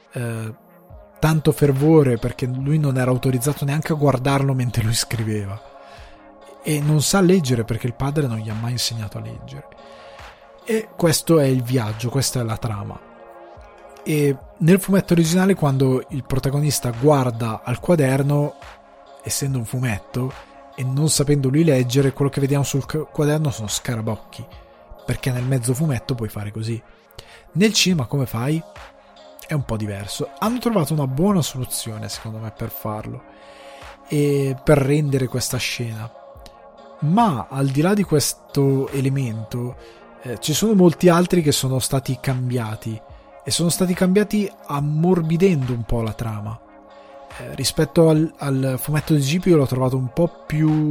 tanto fervore, perché lui non era autorizzato neanche a guardarlo mentre lui scriveva, e non sa leggere perché il padre non gli ha mai insegnato a leggere. E questo è il viaggio, questa è la trama. E nel fumetto originale, quando il protagonista guarda al quaderno, essendo un fumetto e non sapendo lui leggere, quello che vediamo sul quaderno sono scarabocchi, perché nel mezzo fumetto puoi fare così. Nel cinema come fai? È un po' diverso. Hanno trovato una buona soluzione secondo me per farlo e per rendere questa scena, ma al di là di questo elemento ci sono molti altri che sono stati cambiati, e sono stati cambiati ammorbidendo un po' la trama. Rispetto al fumetto di Ghibli l'ho trovato un po' più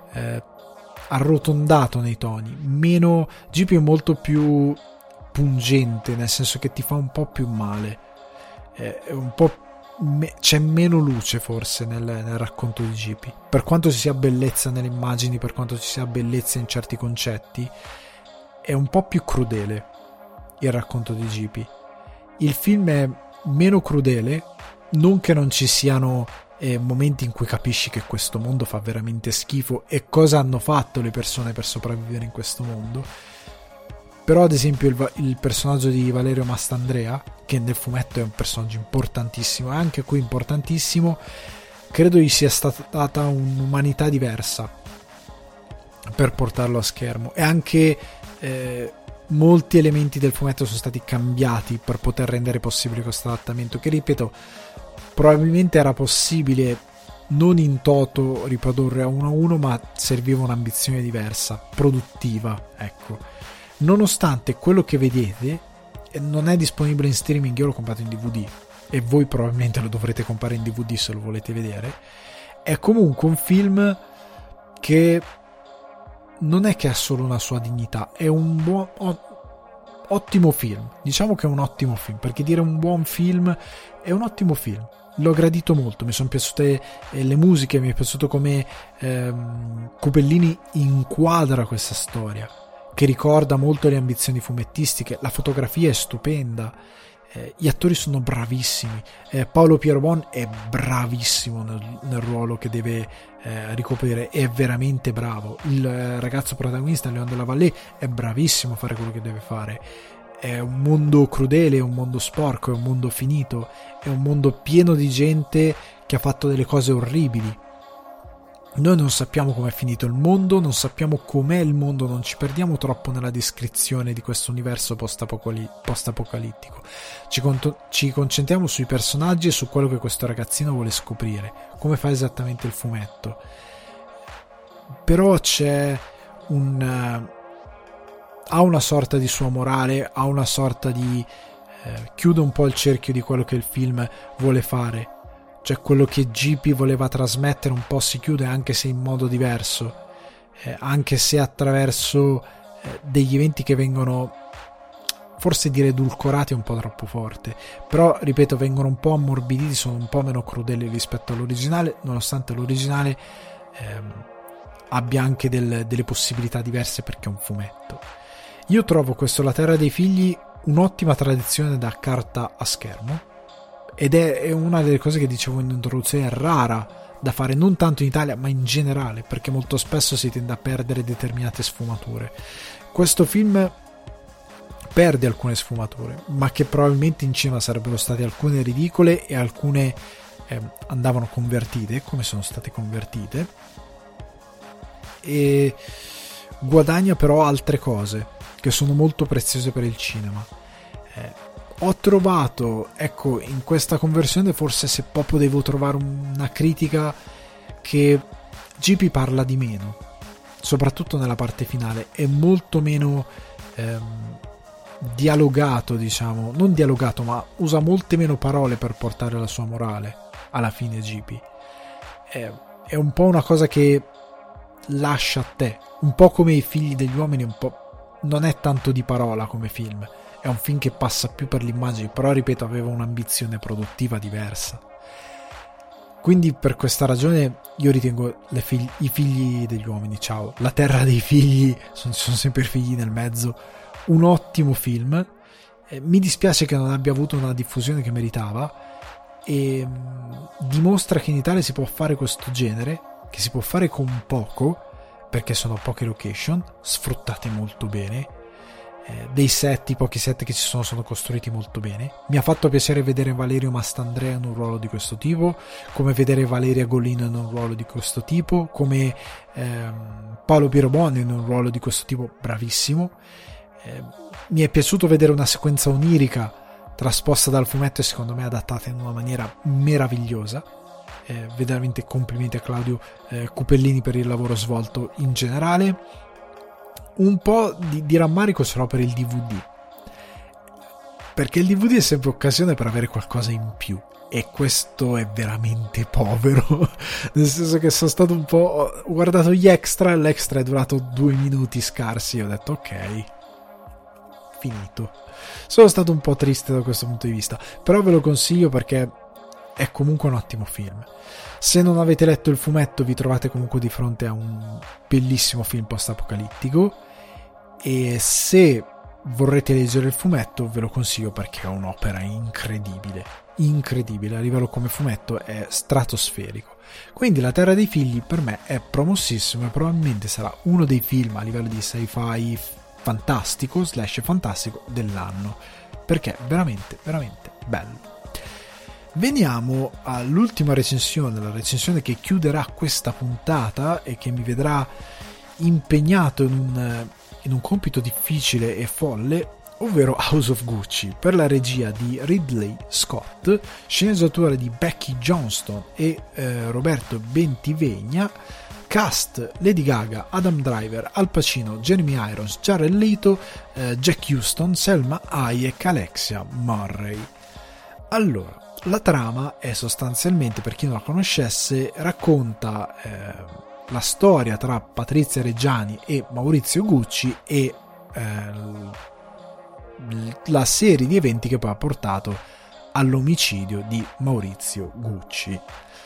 arrotondato nei toni, meno. Ghibli è molto più pungente, nel senso che ti fa un po' più male, è un po' c'è meno luce forse nel racconto di Ghibli, per quanto ci sia bellezza nelle immagini, per quanto ci sia bellezza in certi concetti, è un po' più crudele il racconto di Ghibli. Il film è meno crudele, non che non ci siano momenti in cui capisci che questo mondo fa veramente schifo e cosa hanno fatto le persone per sopravvivere in questo mondo, però ad esempio il personaggio di Valerio Mastandrea, che nel fumetto è un personaggio importantissimo, e anche qui importantissimo, credo gli sia stata data un'umanità diversa per portarlo a schermo, e anche molti elementi del fumetto sono stati cambiati per poter rendere possibile questo adattamento, che ripeto, probabilmente era possibile non in toto riprodurre a uno, ma serviva un'ambizione diversa, produttiva, ecco. Nonostante quello che vedete non è disponibile in streaming, io l'ho comprato in DVD e voi probabilmente lo dovrete comprare in DVD se lo volete vedere, è comunque un film che non è che ha solo una sua dignità, è un buon ottimo film, diciamo che è un ottimo film, perché dire un buon film è un ottimo film. L'ho gradito molto, mi sono piaciute le musiche, mi è piaciuto come Cupellini inquadra questa storia, che ricorda molto le ambizioni fumettistiche. La fotografia è stupenda, gli attori sono bravissimi, Paolo Pierobon è bravissimo nel ruolo che deve ricoprire, è veramente bravo. Il ragazzo protagonista, Leon della Vallée, è bravissimo a fare quello che deve fare. È un mondo crudele, è un mondo sporco, è un mondo finito, è un mondo pieno di gente che ha fatto delle cose orribili. Noi non sappiamo com'è finito il mondo, non sappiamo com'è il mondo, non ci perdiamo troppo nella descrizione di questo universo post-apocalittico. Ci concentriamo sui personaggi e su quello che questo ragazzino vuole scoprire, come fa esattamente il fumetto. Però ha una sorta di sua morale, ha una sorta di chiude un po' il cerchio di quello che il film vuole fare, cioè quello che GP voleva trasmettere un po' si chiude, anche se in modo diverso, anche se attraverso degli eventi che vengono, forse dire edulcorati è un po' troppo forte, però ripeto, vengono un po' ammorbiditi, sono un po' meno crudeli rispetto all'originale, nonostante l'originale abbia anche delle possibilità diverse perché è un fumetto. Io trovo questo La Terra dei Figli un'ottima tradizione da carta a schermo, ed è una delle cose che dicevo in introduzione, è rara da fare, non tanto in Italia ma in generale, perché molto spesso si tende a perdere determinate sfumature. Questo film perde alcune sfumature, ma che probabilmente in cinema sarebbero state alcune ridicole e alcune andavano convertite come sono state convertite, e guadagna però altre cose che sono molto preziose per il cinema. Ho trovato, ecco, in questa conversione, forse se proprio devo trovare una critica, che GP parla di meno, soprattutto nella parte finale, è molto meno dialogato, diciamo, non dialogato, ma usa molte meno parole per portare la sua morale alla fine. GP è un po' una cosa che lascia a te, un po' come I Figli degli Uomini, un po', non è tanto di parola come film, è un film che passa più per l'immagine, però ripeto, aveva un'ambizione produttiva diversa. Quindi per questa ragione io ritengo I Figli degli Uomini, ciao, La Terra dei Figli, sono sempre figli nel mezzo, un ottimo film. Mi dispiace che non abbia avuto una diffusione che meritava, e dimostra che in Italia si può fare questo genere, che si può fare con poco, perché sono poche location sfruttate molto bene, dei set, i pochi set che ci sono costruiti molto bene. Mi ha fatto piacere vedere Valerio Mastandrea in un ruolo di questo tipo, come vedere Valeria Golino in un ruolo di questo tipo, come Paolo Pirobon in un ruolo di questo tipo, bravissimo. Mi è piaciuto vedere una sequenza onirica trasposta dal fumetto e secondo me adattata in una maniera meravigliosa. Veramente complimenti a Claudio Cupellini per il lavoro svolto in generale. Un po' di rammarico ce l'ho per il DVD, perché il DVD è sempre occasione per avere qualcosa in più, e questo è veramente povero, nel senso che sono stato un po', ho guardato gli extra, l'extra è durato 2 minuti scarsi e ho detto ok, finito. Sono stato un po' triste da questo punto di vista, però ve lo consiglio perché è comunque un ottimo film. Se non avete letto il fumetto vi trovate comunque di fronte a un bellissimo film post-apocalittico, e se vorrete leggere il fumetto ve lo consiglio perché è un'opera incredibile, a livello come fumetto è stratosferico. Quindi La Terra dei Figli per me è promossissimo e probabilmente sarà uno dei film a livello di sci-fi fantastico / fantastico dell'anno, perché è veramente veramente bello. Veniamo all'ultima recensione, la recensione che chiuderà questa puntata e che mi vedrà impegnato in un compito difficile e folle, ovvero House of Gucci, per la regia di Ridley Scott, sceneggiatura di Becky Johnston e Roberto Bentivegna, cast Lady Gaga, Adam Driver, Al Pacino, Jeremy Irons, Jared Leto, Jack Houston, Selma Hayek, Alexia Murray. Allora, la trama è sostanzialmente, per chi non la conoscesse, racconta la storia tra Patrizia Reggiani e Maurizio Gucci e la serie di eventi che poi ha portato all'omicidio di Maurizio Gucci.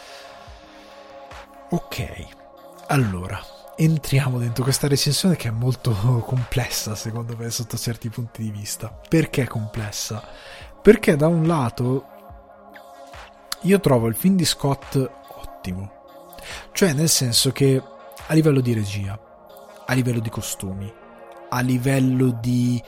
Ok, allora entriamo dentro questa recensione che è molto complessa secondo me sotto certi punti di vista. Perché complessa? Perché da un lato io trovo il film di Scott ottimo, cioè nel senso che a livello di regia, a livello di costumi, a livello di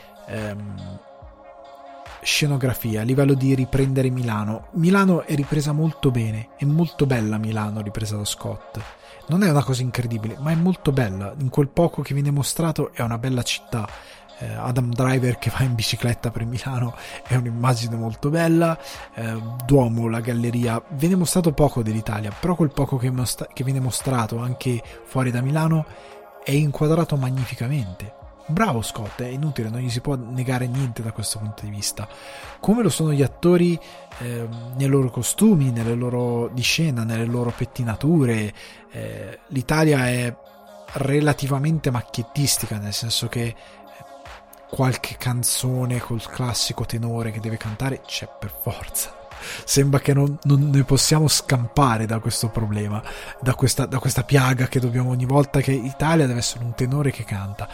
scenografia, a livello di riprendere Milano è ripresa molto bene, è molto bella Milano ripresa da Scott, non è una cosa incredibile ma è molto bella, in quel poco che viene mostrato è una bella città. Adam Driver che va in bicicletta per Milano è un'immagine molto bella, Duomo, la galleria, viene mostrato poco dell'Italia, però quel poco che viene mostrato anche fuori da Milano è inquadrato magnificamente, bravo Scott, è inutile, non gli si può negare niente da questo punto di vista, come lo sono gli attori nei loro costumi, nelle loro di scena, nelle loro pettinature. L'Italia è relativamente macchiettistica, nel senso che qualche canzone col classico tenore che deve cantare c'è per forza. Sembra che non ne possiamo scampare da questo problema, da questa piaga che dobbiamo, ogni volta che Italia deve essere un tenore che canta,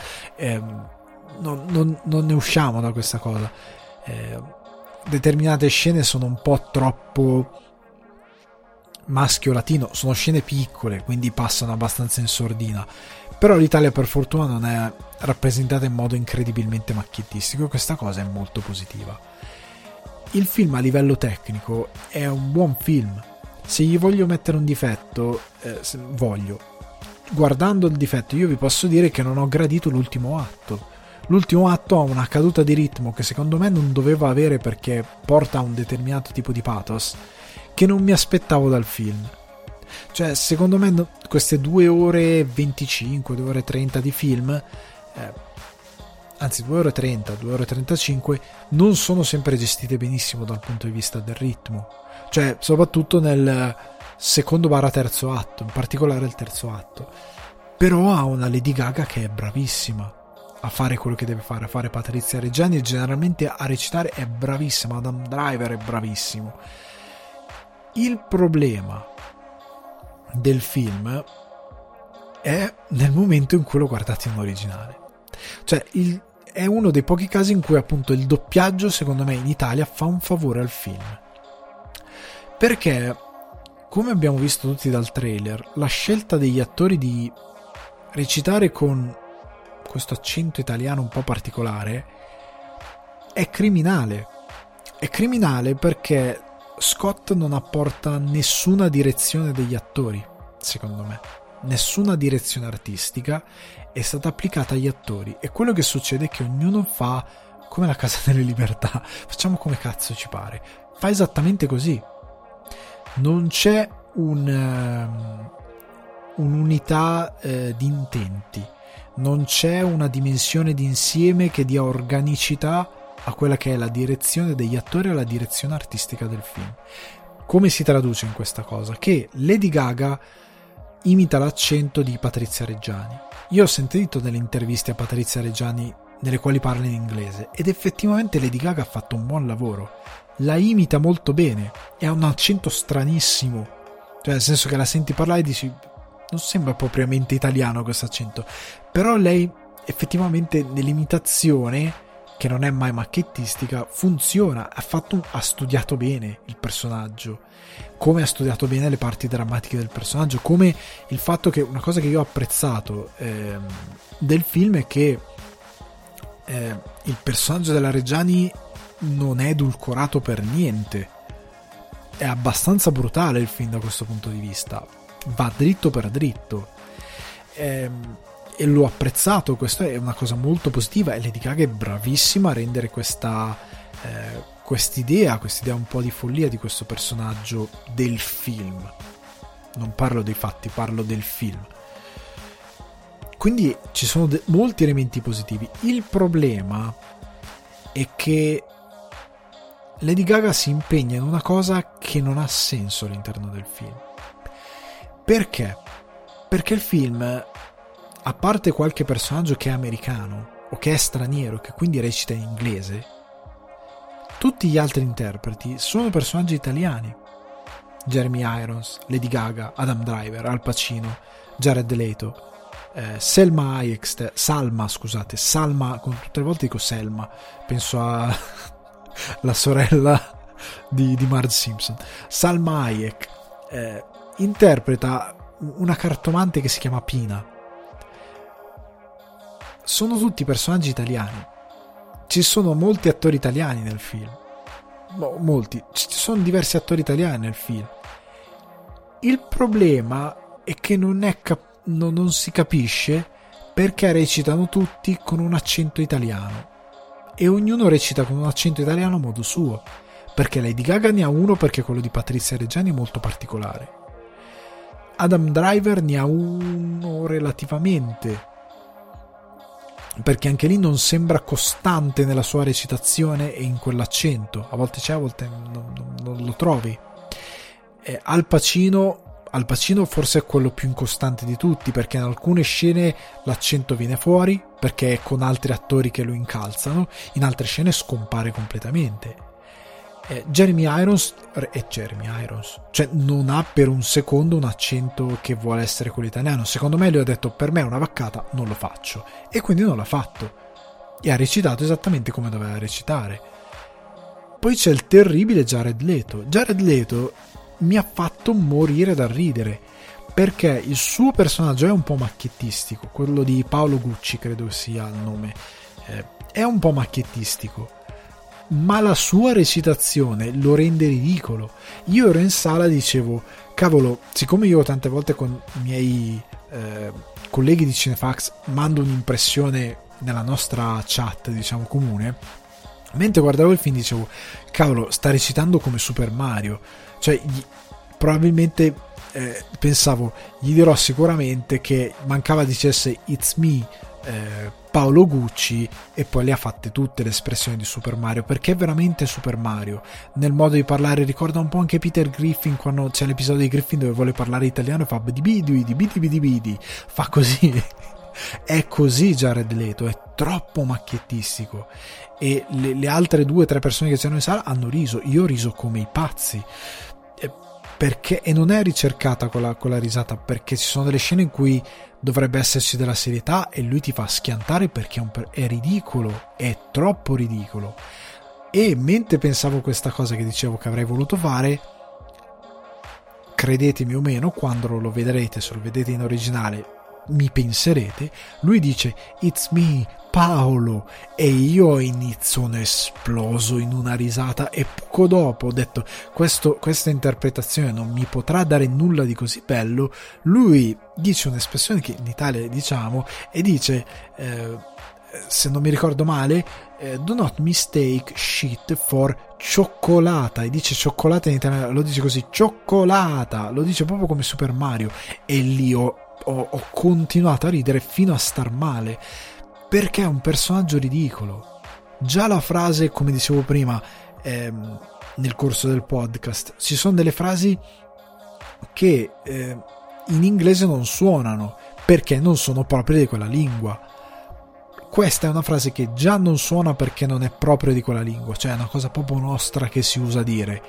non ne usciamo da questa cosa. Determinate scene sono un po' troppo maschio latino, sono scene piccole, quindi passano abbastanza in sordina, però l'Italia per fortuna non è rappresentata in modo incredibilmente macchiettistico, e questa cosa è molto positiva. Il film a livello tecnico è un buon film. Se gli voglio mettere un difetto, guardando il difetto, io vi posso dire che non ho gradito l'ultimo atto. L'ultimo atto ha una caduta di ritmo che secondo me non doveva avere, perché porta a un determinato tipo di pathos che non mi aspettavo dal film. Cioè, secondo me queste 2 ore e 25, 2 ore e 30 di film, anzi 2 ore e 30, 2 ore e 35, non sono sempre gestite benissimo dal punto di vista del ritmo, cioè soprattutto nel secondo/terzo atto, in particolare il terzo atto. Però ha una Lady Gaga che è bravissima a fare quello che deve fare, a fare Patrizia Reggiani, e generalmente a recitare è bravissima. Adam Driver è bravissimo. Il problema del film è nel momento in cui lo guardate in originale, cioè è uno dei pochi casi in cui appunto il doppiaggio, secondo me, in Italia fa un favore al film, perché, come abbiamo visto tutti dal trailer, la scelta degli attori di recitare con questo accento italiano un po' particolare è criminale. È criminale perché Scott non apporta nessuna direzione degli attori, secondo me. Nessuna direzione artistica è stata applicata agli attori, e quello che succede è che ognuno fa come la Casa delle Libertà, facciamo come cazzo ci pare, fa esattamente così. Non c'è un'unità di intenti, non c'è una dimensione di insieme che dia organicità a quella che è la direzione degli attori e la direzione artistica del film. Come si traduce in questa cosa? Che Lady Gaga imita l'accento di Patrizia Reggiani. Io ho sentito delle interviste a Patrizia Reggiani nelle quali parla in inglese, ed effettivamente Lady Gaga ha fatto un buon lavoro, la imita molto bene e ha un accento stranissimo, cioè nel senso che la senti parlare e dici non sembra propriamente italiano questo accento, però lei effettivamente nell'imitazione, che non è mai macchiettistica, funziona. Ha studiato bene il personaggio, come ha studiato bene le parti drammatiche del personaggio, come il fatto che una cosa che io ho apprezzato del film è che il personaggio della Reggiani non è edulcorato per niente, è abbastanza brutale il film da questo punto di vista, va dritto per dritto, e l'ho apprezzato. Questo è una cosa molto positiva, e Lady Gaga è bravissima a rendere quest'idea un po' di follia di questo personaggio del film. Non parlo dei fatti, parlo del film. Quindi ci sono molti elementi positivi. Il problema è che Lady Gaga si impegna in una cosa che non ha senso all'interno del film. Perché? Perché il film, a parte qualche personaggio che è americano o che è straniero, che quindi recita in inglese, tutti gli altri interpreti sono personaggi italiani. Jeremy Irons, Lady Gaga, Adam Driver, Al Pacino, Jared Leto, Salma, con tutte le volte dico Selma, penso a la sorella di Marge Simpson. Salma Hayek interpreta una cartomante che si chiama Pina. Sono tutti personaggi italiani. Ci sono molti attori italiani nel film, ci sono diversi attori italiani nel film. Il problema è che non si capisce perché recitano tutti con un accento italiano, e ognuno recita con un accento italiano a modo suo, perché Lady Gaga ne ha uno, perché quello di Patrizia Reggiani è molto particolare. Adam Driver ne ha uno relativamente perché anche lì non sembra costante nella sua recitazione e in quell'accento, a volte c'è, a volte non lo trovi. Al Pacino forse è quello più incostante di tutti, perché in alcune scene l'accento viene fuori perché è con altri attori che lo incalzano, in altre scene scompare completamente. Jeremy Irons, cioè non ha per un secondo un accento che vuole essere quello italiano. Secondo me lui ha detto: per me è una vaccata, non lo faccio, e quindi non l'ha fatto e ha recitato esattamente come doveva recitare. Poi c'è il terribile Jared Leto mi ha fatto morire da ridere, perché il suo personaggio è un po' macchiettistico, quello di Paolo Gucci credo sia il nome, è un po' macchiettistico, ma la sua recitazione lo rende ridicolo. Io ero in sala e dicevo: cavolo, siccome io tante volte con i miei colleghi di Cinefax mando un'impressione nella nostra chat, diciamo, comune, mentre guardavo il film dicevo: cavolo, sta recitando come Super Mario. Cioè probabilmente pensavo, gli dirò sicuramente che mancava dicesse "It's me Paolo Gucci", e poi le ha fatte tutte le espressioni di Super Mario, perché è veramente Super Mario nel modo di parlare. Ricorda un po' anche Peter Griffin, quando c'è l'episodio di Griffin dove vuole parlare italiano e fa bidi, fa così. È così Jared Leto, è troppo macchiettistico, e le altre 2 o 3 persone che c'erano in sala hanno riso, io ho riso come i pazzi, perché, e non è ricercata quella risata, perché ci sono delle scene in cui dovrebbe esserci della serietà e lui ti fa schiantare perché è ridicolo, è troppo ridicolo. E mentre pensavo questa cosa che dicevo che avrei voluto fare, credetemi o meno, quando lo vedrete, se lo vedete in originale mi penserete, lui dice "It's me Paolo", e io sono esploso in una risata, e poco dopo ho detto: questa interpretazione non mi potrà dare nulla di così bello. Lui dice un'espressione che in Italia diciamo, e dice se non mi ricordo male, "do not mistake shit for cioccolata", e dice cioccolata in italiano, lo dice così, cioccolata, lo dice proprio come Super Mario, e lì ho continuato a ridere fino a star male, perché è un personaggio ridicolo. Già la frase, come dicevo prima nel corso del podcast, ci sono delle frasi che in inglese non suonano perché non sono proprie di quella lingua. Questa è una frase che già non suona perché non è proprio di quella lingua, cioè è una cosa proprio nostra che si usa dire.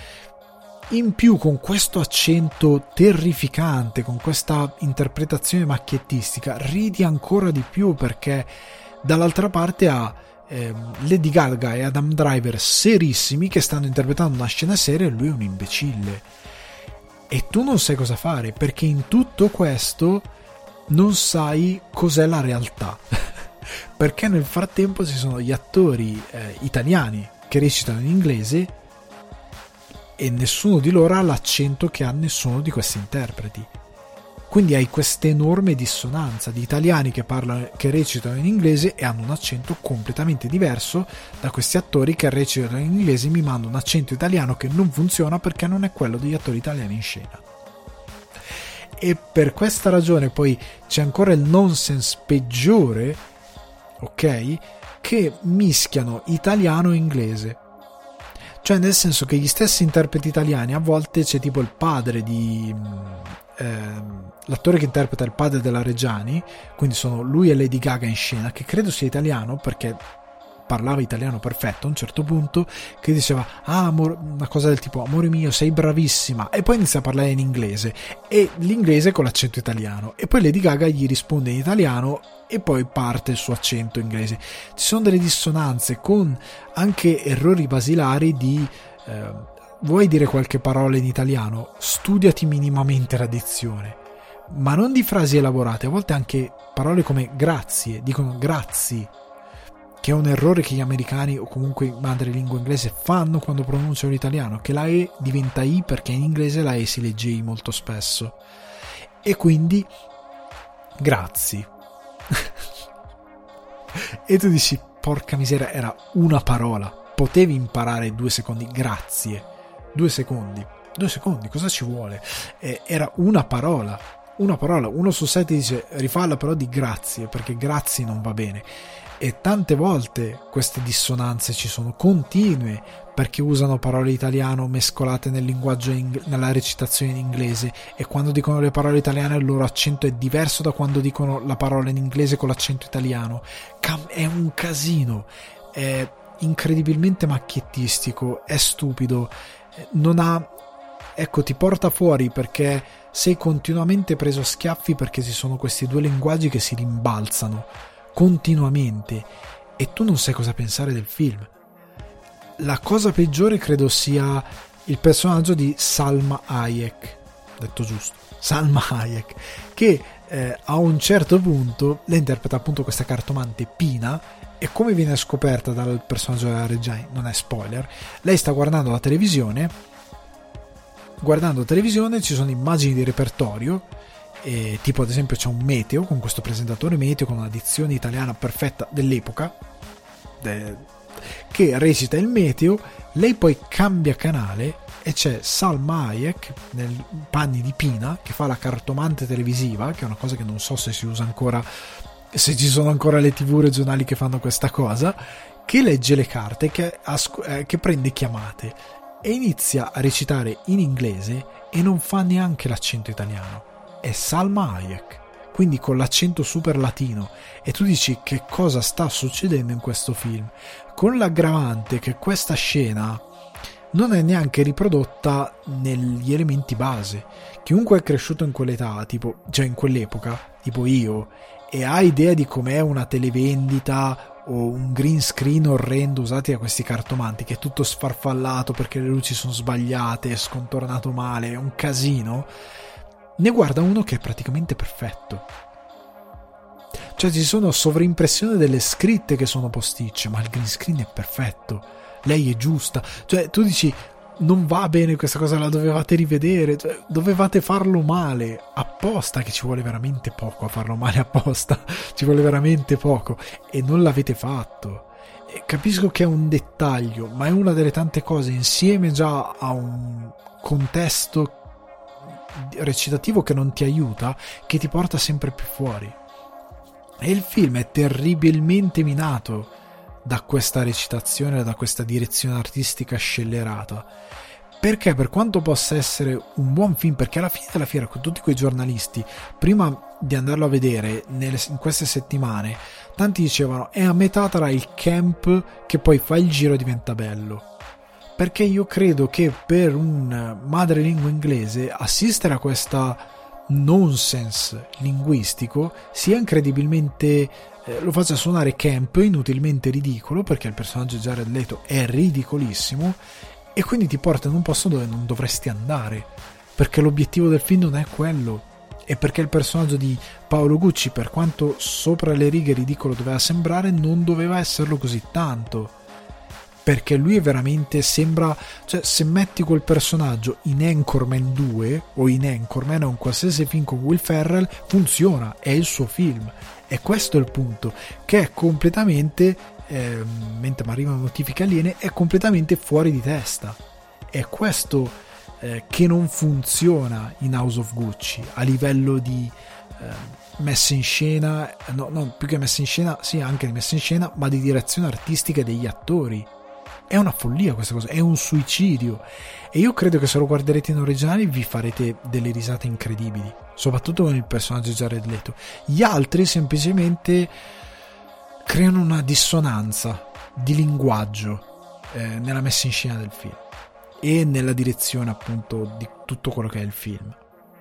In più, con questo accento terrificante, con questa interpretazione macchiettistica, ridi ancora di più, perché dall'altra parte ha Lady Gaga e Adam Driver serissimi che stanno interpretando una scena seria e lui è un imbecille. E tu non sai cosa fare, perché in tutto questo non sai cos'è la realtà. Perché nel frattempo ci sono gli attori italiani che recitano in inglese e nessuno di loro ha l'accento che ha nessuno di questi interpreti. Quindi hai questa enorme dissonanza di italiani che recitano in inglese e hanno un accento completamente diverso da questi attori che recitano in inglese e mi mandano un accento italiano che non funziona perché non è quello degli attori italiani in scena. E per questa ragione poi c'è ancora il nonsense peggiore, ok, che mischiano italiano e inglese. Cioè, nel senso che gli stessi interpreti italiani, a volte c'è tipo il padre di l'attore che interpreta il padre della Reggiani, quindi sono lui e Lady Gaga in scena, che credo sia italiano perché parlava italiano perfetto a un certo punto, che diceva una cosa del tipo "amore mio, sei bravissima", e poi inizia a parlare in inglese, e l'inglese con l'accento italiano, e poi Lady Gaga gli risponde in italiano e poi parte il suo accento inglese. Ci sono delle dissonanze con anche errori basilari di vuoi dire qualche parola in italiano, studiati minimamente la dizione, ma non di frasi elaborate. A volte anche parole come grazie, dicono grazie, che è un errore che gli americani o comunque in madrelingua inglese fanno quando pronunciano l'italiano, che la E diventa I perché in inglese la E si legge I molto spesso, e quindi grazie. E tu dici porca miseria, era una parola, potevi imparare 2 secondi, grazie, 2 secondi, cosa ci vuole? Era una parola, una parola, 1 su 7 dice rifalla però di grazie, perché grazie non va bene. E tante volte queste dissonanze ci sono continue, perché usano parole italiano mescolate nel linguaggio nella recitazione in inglese, e quando dicono le parole italiane il loro accento è diverso da quando dicono la parola in inglese con l'accento italiano. È un casino, è incredibilmente macchiettistico, è stupido, non ha, ecco, ti porta fuori perché sei continuamente preso a schiaffi, perché ci sono questi due linguaggi che si rimbalzano continuamente e tu non sai cosa pensare del film. La cosa peggiore credo sia il personaggio di Salma Hayek, detto giusto, Salma Hayek, che a un certo punto lei interpreta appunto questa cartomante Pina, e come viene scoperta dal personaggio della Reggiani, non è spoiler, lei sta guardando la televisione, ci sono immagini di repertorio, tipo ad esempio c'è un meteo con questo presentatore meteo con una dizione italiana perfetta dell'epoca che recita il meteo, lei poi cambia canale e c'è Salma Hayek nel panni di Pina che fa la cartomante televisiva, che è una cosa che non so se si usa ancora, se ci sono ancora le TV regionali che fanno questa cosa, che legge le carte, che prende chiamate e inizia a recitare in inglese e non fa neanche l'accento italiano. È Salma Hayek, quindi con l'accento super latino, e tu dici che cosa sta succedendo in questo film, con l'aggravante che questa scena non è neanche riprodotta negli elementi base. Chiunque è cresciuto in quell'età, tipo, cioè in quell'epoca, tipo io, e ha idea di com'è una televendita o un green screen orrendo usati da questi cartomanti, che è tutto sfarfallato perché le luci sono sbagliate, è scontornato male, è un casino, ne guarda uno che è praticamente perfetto. Cioè ci sono sovraimpressione delle scritte che sono posticce, ma il green screen è perfetto, lei è giusta, cioè tu dici non va bene questa cosa, la dovevate rivedere, cioè, dovevate farlo male apposta, che ci vuole veramente poco a farlo male apposta, ci vuole veramente poco, e non l'avete fatto. E capisco che è un dettaglio, ma è una delle tante cose insieme già a un contesto recitativo che non ti aiuta, che ti porta sempre più fuori. E il film è terribilmente minato da questa recitazione, da questa direzione artistica scellerata, perché per quanto possa essere un buon film, perché alla fine della fiera con tutti quei giornalisti, prima di andarlo a vedere in queste settimane, tanti dicevano è a metà tra il camp che poi fa il giro e diventa bello, perché io credo che per un madrelingua inglese assistere a questa nonsense linguistico sia incredibilmente lo faccia suonare camp, inutilmente ridicolo, perché il personaggio di Jared Leto è ridicolissimo, e quindi ti porta in un posto dove non dovresti andare, perché l'obiettivo del film non è quello, e perché il personaggio di Paolo Gucci, per quanto sopra le righe ridicolo doveva sembrare, non doveva esserlo così tanto, perché lui è veramente, sembra, cioè se metti quel personaggio in Anchorman 2 o in Anchorman o in qualsiasi film con Will Ferrell, funziona, è il suo film, e questo è il punto, che è completamente mentre mi arrivano notifiche aliene, è completamente fuori di testa. È questo che non funziona in House of Gucci a livello di messa in scena, no, più che messa in scena, sì, anche di messa in scena, ma di direzione artistica degli attori. È una follia questa cosa, è un suicidio, e io credo che se lo guarderete in originale vi farete delle risate incredibili, soprattutto con il personaggio Jared Leto. Gli altri semplicemente creano una dissonanza di linguaggio nella messa in scena del film e nella direzione appunto di tutto quello che è il film,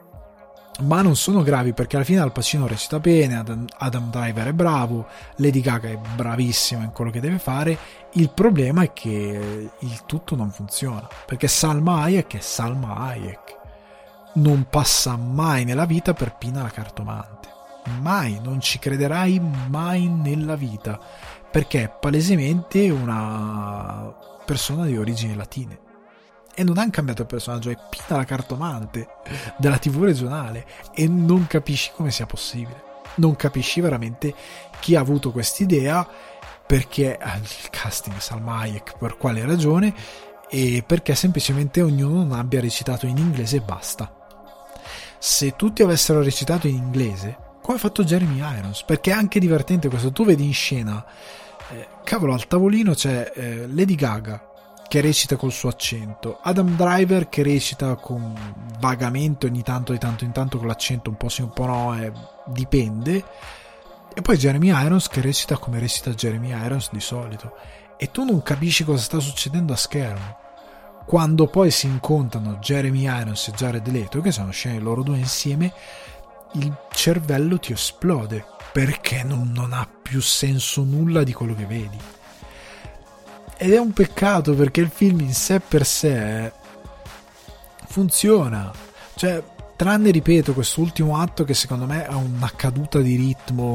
ma non sono gravi, perché alla fine Al Pacino recita bene, Adam Driver è bravo, Lady Gaga è bravissima in quello che deve fare. Il problema è che il tutto non funziona, perché Salma Hayek è Salma Hayek, non passa mai nella vita per Pina la cartomante, mai, non ci crederai mai nella vita, perché è palesemente una persona di origini latine. E non hanno cambiato il personaggio, è Pina la cartomante della TV regionale, e non capisci come sia possibile, non capisci veramente chi ha avuto quest'idea, perché il casting Salma Hayek per quale ragione, e perché semplicemente ognuno non abbia recitato in inglese e basta. se tutti avessero recitato in inglese, come ha fatto Jeremy Irons, perché è anche divertente questo. Tu vedi in scena, cavolo, al tavolino c'è Lady Gaga che recita col suo accento, Adam Driver che recita con vagamente ogni tanto, di tanto in tanto con l'accento un po' sì un po' no, dipende, e poi Jeremy Irons che recita come recita Jeremy Irons di solito, e tu non capisci cosa sta succedendo a schermo. Quando poi si incontrano Jeremy Irons e Jared Leto, che sono scene loro due insieme, il cervello ti esplode, perché non ha più senso nulla di quello che vedi. Ed è un peccato, perché il film in sé per sé funziona, cioè, tranne, ripeto, quest'ultimo atto che secondo me ha una caduta di ritmo,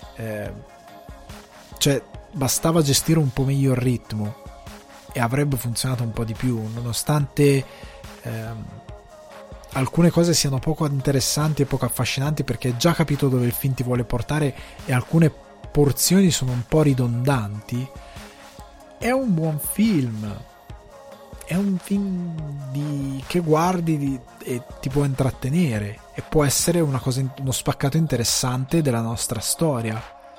cioè bastava gestire un po' meglio il ritmo e avrebbe funzionato un po' di più, nonostante alcune cose siano poco interessanti e poco affascinanti, perché hai già capito dove il film ti vuole portare e alcune porzioni sono un po' ridondanti. È un buon film, è un film che guardi e ti può intrattenere, e può essere una cosa, uno spaccato interessante della nostra storia.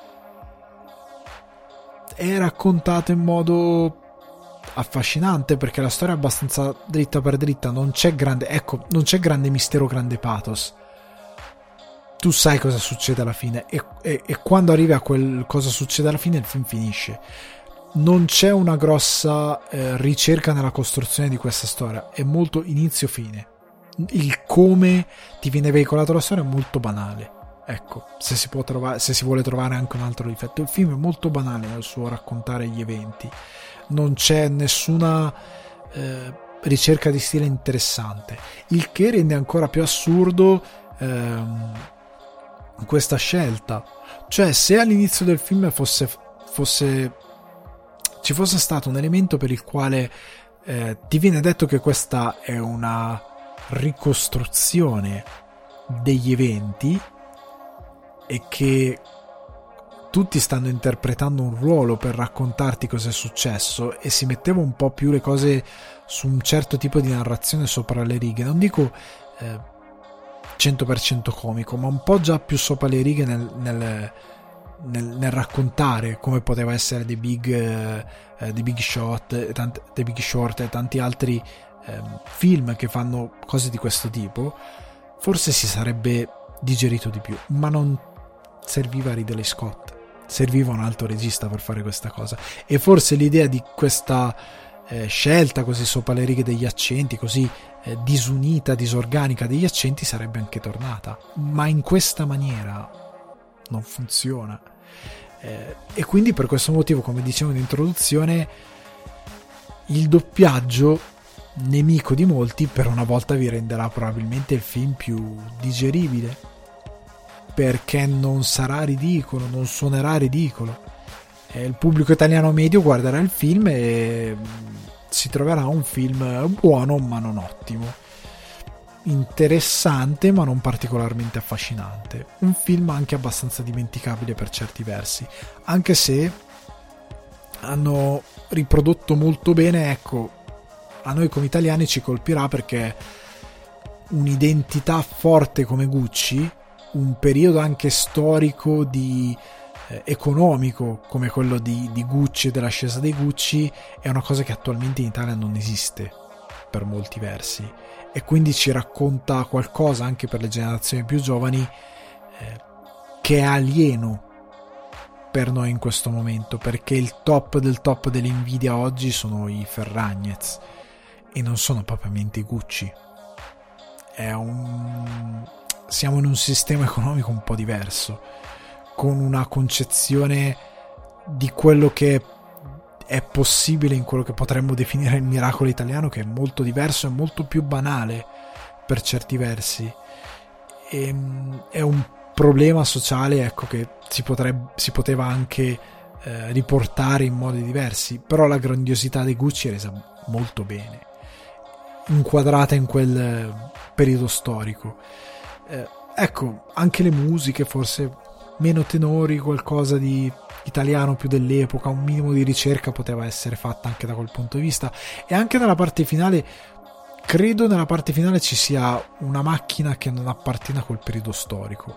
È raccontato in modo affascinante, perché la storia è abbastanza dritta per dritta, non c'è grande mistero, grande pathos. Tu sai cosa succede alla fine, e quando arrivi a quel cosa succede alla fine il film finisce. Non c'è una grossa ricerca nella costruzione di questa storia, è molto inizio-fine. Il come ti viene veicolato la storia è molto banale. Ecco, se si vuole trovare anche un altro difetto, il film è molto banale nel suo raccontare gli eventi. Non c'è nessuna ricerca di stile interessante, il che rende ancora più assurdo questa scelta. Cioè, se all'inizio del film ci fosse stato un elemento per il quale ti viene detto che questa è una ricostruzione degli eventi e che tutti stanno interpretando un ruolo per raccontarti cosa è successo, e si metteva un po' più le cose su un certo tipo di narrazione sopra le righe, non dico 100% comico, ma un po' già più sopra le righe nel raccontare come poteva essere The Big Short e tanti altri film che fanno cose di questo tipo, forse si sarebbe digerito di più. Ma non serviva Ridley Scott, serviva un altro regista per fare questa cosa, e forse l'idea di questa scelta così sopra le righe degli accenti, così disunita, disorganica degli accenti, sarebbe anche tornata, ma in questa maniera non funziona. E quindi per questo motivo, come dicevo in introduzione, il doppiaggio, nemico di molti, per una volta vi renderà probabilmente il film più digeribile, perché non sarà ridicolo, non suonerà ridicolo. Il pubblico italiano medio guarderà il film e si troverà un film buono ma non ottimo, interessante ma non particolarmente affascinante, un film anche abbastanza dimenticabile per certi versi, anche se hanno riprodotto molto bene, ecco, a noi come italiani ci colpirà, perché un'identità forte come Gucci, un periodo anche storico economico come quello di Gucci e dell'ascesa dei Gucci, è una cosa che attualmente in Italia non esiste per molti versi, e quindi ci racconta qualcosa anche per le generazioni più giovani che è alieno per noi in questo momento, perché il top del top dell'Nvidia oggi sono i Ferragnez e non sono propriamente i Gucci. Siamo in un sistema economico un po' diverso, con una concezione di quello che è possibile in quello che potremmo definire il miracolo italiano, che è molto diverso e molto più banale per certi versi. È un problema sociale, ecco, che si poteva anche riportare in modi diversi, però la grandiosità dei Gucci è resa molto bene, inquadrata in quel periodo storico. Ecco, anche le musiche, forse meno tenori, qualcosa di italiano più dell'epoca, un minimo di ricerca poteva essere fatta anche da quel punto di vista, e anche nella parte finale credo nella parte finale ci sia una macchina che non appartiene a quel periodo storico.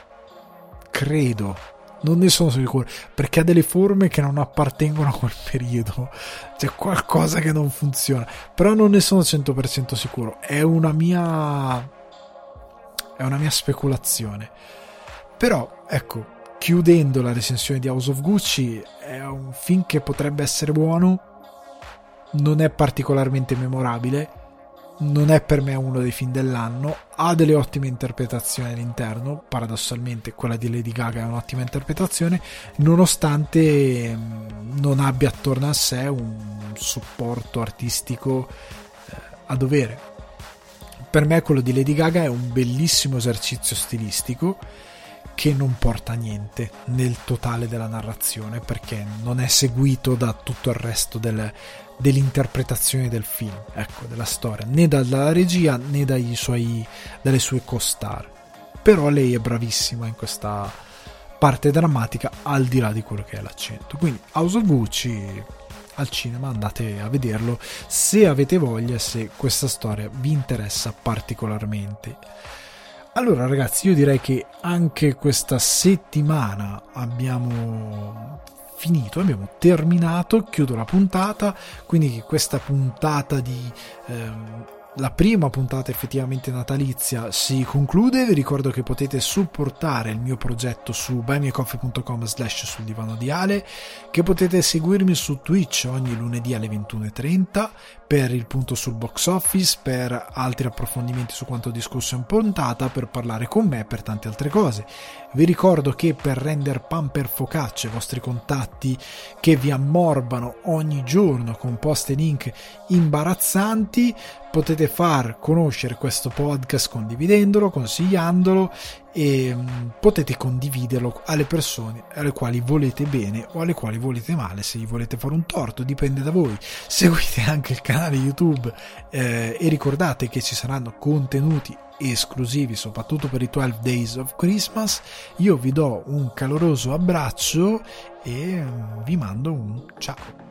Credo, non ne sono sicuro, perché ha delle forme che non appartengono a quel periodo. C'è qualcosa che non funziona, però non ne sono 100% sicuro. È una mia speculazione. Però ecco, chiudendo la recensione di House of Gucci, è un film che potrebbe essere buono, non è particolarmente memorabile, non è per me uno dei film dell'anno, ha delle ottime interpretazioni all'interno, paradossalmente quella di Lady Gaga è un'ottima interpretazione, nonostante non abbia attorno a sé un supporto artistico a dovere. Per me quello di Lady Gaga è un bellissimo esercizio stilistico che non porta a niente nel totale della narrazione, perché non è seguito da tutto il resto dell'interpretazione del film, ecco, della storia, né dalla regia né dalle sue co-star. Però lei è bravissima in questa parte drammatica, al di là di quello che è l'accento. Quindi House of Gucci al cinema, andate a vederlo se avete voglia, se questa storia vi interessa particolarmente. Allora ragazzi, io direi che anche questa settimana abbiamo finito, abbiamo terminato, chiudo la puntata, quindi questa puntata la prima puntata effettivamente natalizia si conclude. Vi ricordo che potete supportare il mio progetto su buymeacoffee.com/sul divano di Ale, che potete seguirmi su Twitch ogni lunedì alle 21:30 per il punto sul box office, per altri approfondimenti su quanto discusso in puntata, per parlare con me, per tante altre cose. Vi ricordo che per render pan per focaccia i vostri contatti che vi ammorbano ogni giorno con post e link imbarazzanti, potete far conoscere questo podcast condividendolo, consigliandolo, e potete condividerlo alle persone alle quali volete bene o alle quali volete male. Se gli volete fare un torto dipende da voi. Seguite anche il canale YouTube e ricordate che ci saranno contenuti esclusivi soprattutto per i 12 Days of Christmas. Io vi do un caloroso abbraccio e vi mando un ciao.